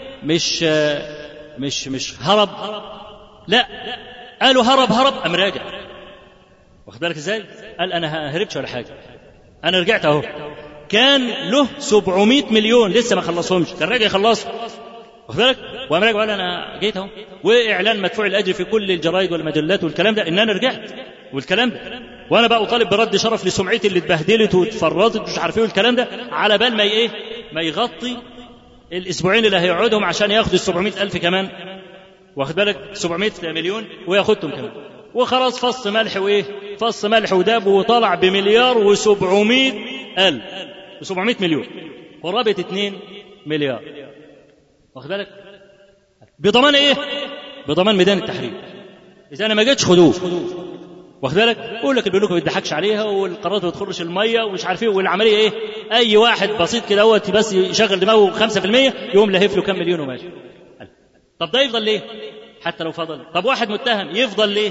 مش هرب، لا، قالوا هرب أم راجع، واخد بالك إزاي؟ قال أنا هربش ولا حاجة، أنا رجعت أهو. كان له 700 مليون لسه ما خلصهمش، كان راجع يخلصهم، واخد بالك؟ وقام راجع وقال أنا جيت أهو، وإعلان مدفوع الأجر في كل الجرايد والمجلات والكلام ده إن أنا رجعت، والكلام ده، وأنا بقى أطالب برد شرف لسمعتي اللي اتبهدلت واتفرطت مش عارف إيه والكلام ده، على بال ما يغطي الأسبوعين اللي هيقعدهم عشان ياخد 700,000 كمان، واخد بالك؟ 700 مليون وياخدهم كمان، وخلاص فص ملح وإيه؟ فص ملح وداب، وطلع بمليار و700,000 و700 مليون، قرابة 2 مليار، واخد بالك؟ بضمان إيه؟ بضمان ميدان التحرير. إذا أنا ما جيتش خدوه، واخد بالك؟ يقول لك البنوك ما بيضحكش عليها، والقرارات ما بتخرش الميه ومش عارف ايه، والعمليه ايه؟ اي واحد بسيط كده هو بس يشغل دماغه 5% يقوم لهف له كام مليون وماشي. طب ده يفضل ليه؟ حتى لو فضل. طب واحد متهم يفضل ليه؟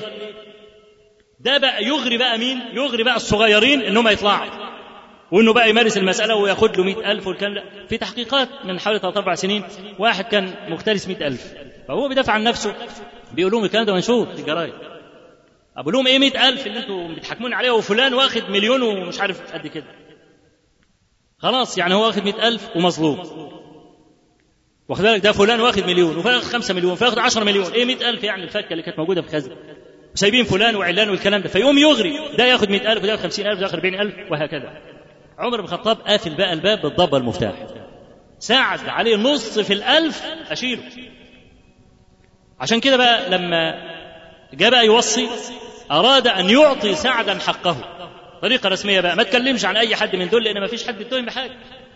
ده بقى يغري بقى مين؟ يغري بقى الصغيرين انهم يطلعوا، وانه بقى يمارس المساله وياخد له 100,000 والكلام ده. في تحقيقات من حوالي 3-4 سنين واحد كان مختلس 100,000، فهو بيدافع عن نفسه، بيقول لهم الكلام ده منشور في الجرايد، أقول لهم إيه 100,000 اللي أنتم بتحكمون عليه، وفلان واخد مليون ومش عارف قد كده، خلاص يعني هو واخد 100,000 ومظلوم، واخد بالك؟ ده فلان واخد مليون وفلان واخد 5 مليون فياخد 10 مليون، إيه 100,000 يعني الفكة اللي كانت موجودة في خزنة، سايبين فلان وعلان والكلام ده، فيقوم يغري، ده ياخد 100,000 وده ياخد 50,000 وده ياخد 40,000 وهكذا. عمر بن الخطاب قافل بقى الباب بالضبة المفتاح، ساعد عليه نص في 1000 أشيله. عشان كده بقى لما جاء بقى يوصي أراد أن يعطي سعدا حقه، طريقة رسمية بقى، ما تكلمش عن أي حد من دول لأن ما فيش حد يتهم بحاجة.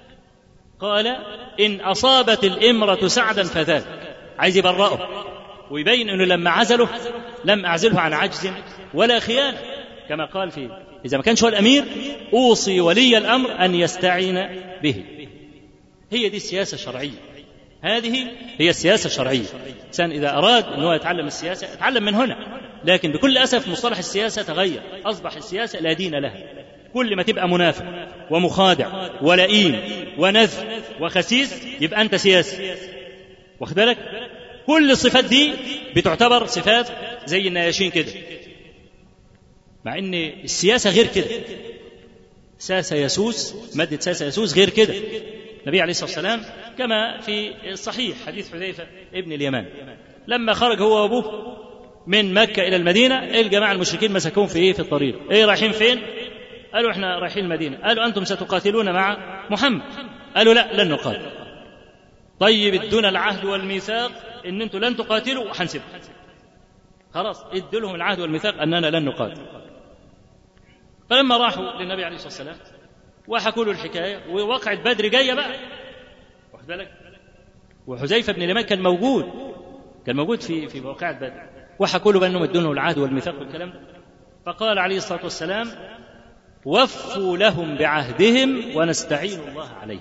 قال إن أصابت الإمرة سعدا فذاك، عايز يبرأه ويبين أنه لما عزله لم أعزله عن عجز ولا خيانة، كما قال فيه إذا ما كانش هو الأمير أوصي ولي الأمر أن يستعين به. هي دي السياسة الشرعية، هذه هي السياسة الشرعية. الإنسان إذا أراد أنه يتعلم السياسة يتعلم من هنا، لكن بكل أسف مصطلح السياسة تغير، أصبح السياسة لا دين لها. كل ما تبقى منافق ومخادع ولئيم ونذ وخسيس يبقى أنت سياسي، واخد بالك؟ كل الصفات دي بتعتبر صفات زي النياشين كده، مع أن السياسة غير كده. ساسة يسوس، مادة ساسة يسوس غير كده. النبي عليه الصلاة والسلام كما في الصحيح حديث حذيفة ابن اليمان لما خرج هو وأبوه من مكة إلى المدينة، الجماعة المشركين مسكوهم في في الطريق، رايحين فين؟ قالوا احنا رايحين المدينة. قالوا أنتم ستقاتلون مع محمد؟ قالوا لا، لن نقاتل. طيب ادونا العهد والميثاق ان انتم لن تقاتلوا وحنسيبكم. خلاص ادوا لهم العهد والميثاق اننا لن نقاتل. فلما راحوا للنبي عليه الصلاة والسلام وحكوا له الحكاية، ووقعت بدر جاية بقى، واخد بالك؟ وحذيفة بن اليمان كان موجود في موقعة بدر، وحكوا له بأنهم ادوا له العهد والميثاق والكلام ده. فقال عليه الصلاة والسلام وفوا لهم بعهدهم ونستعين الله عليهم.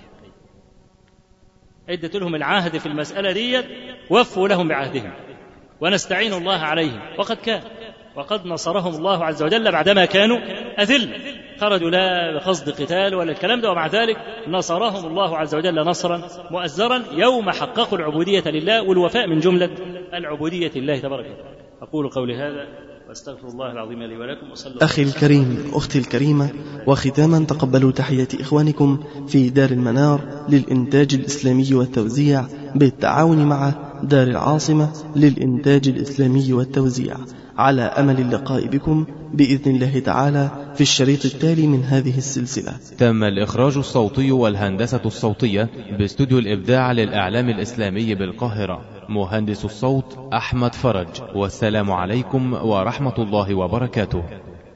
ادت لهم العهد في المسألة دي، وفوا لهم بعهدهم ونستعين الله عليهم. وقد نصرهم الله عز وجل بعدما كانوا أذل، خرجوا لا بقصد قتال ولا الكلام ده، ومع ذلك نصرهم الله عز وجل نصرا مؤزرا يوم حققوا العبودية لله، والوفاء من جملة العبودية لله تبارك وتعالى. أقول قولي هذا واستغفر الله العظيم لي ولكم. أخي الكريم، أختي الكريمة، وختاما تقبلوا تحية إخوانكم في دار المنار للإنتاج الإسلامي والتوزيع بالتعاون مع دار العاصمة للإنتاج الإسلامي والتوزيع، على أمل اللقاء بكم بإذن الله تعالى في الشريط التالي من هذه السلسلة. تم الإخراج الصوتي والهندسة الصوتية باستوديو الإبداع للإعلام الإسلامي بالقاهرة. مهندس الصوت أحمد فرج. والسلام عليكم ورحمة الله وبركاته.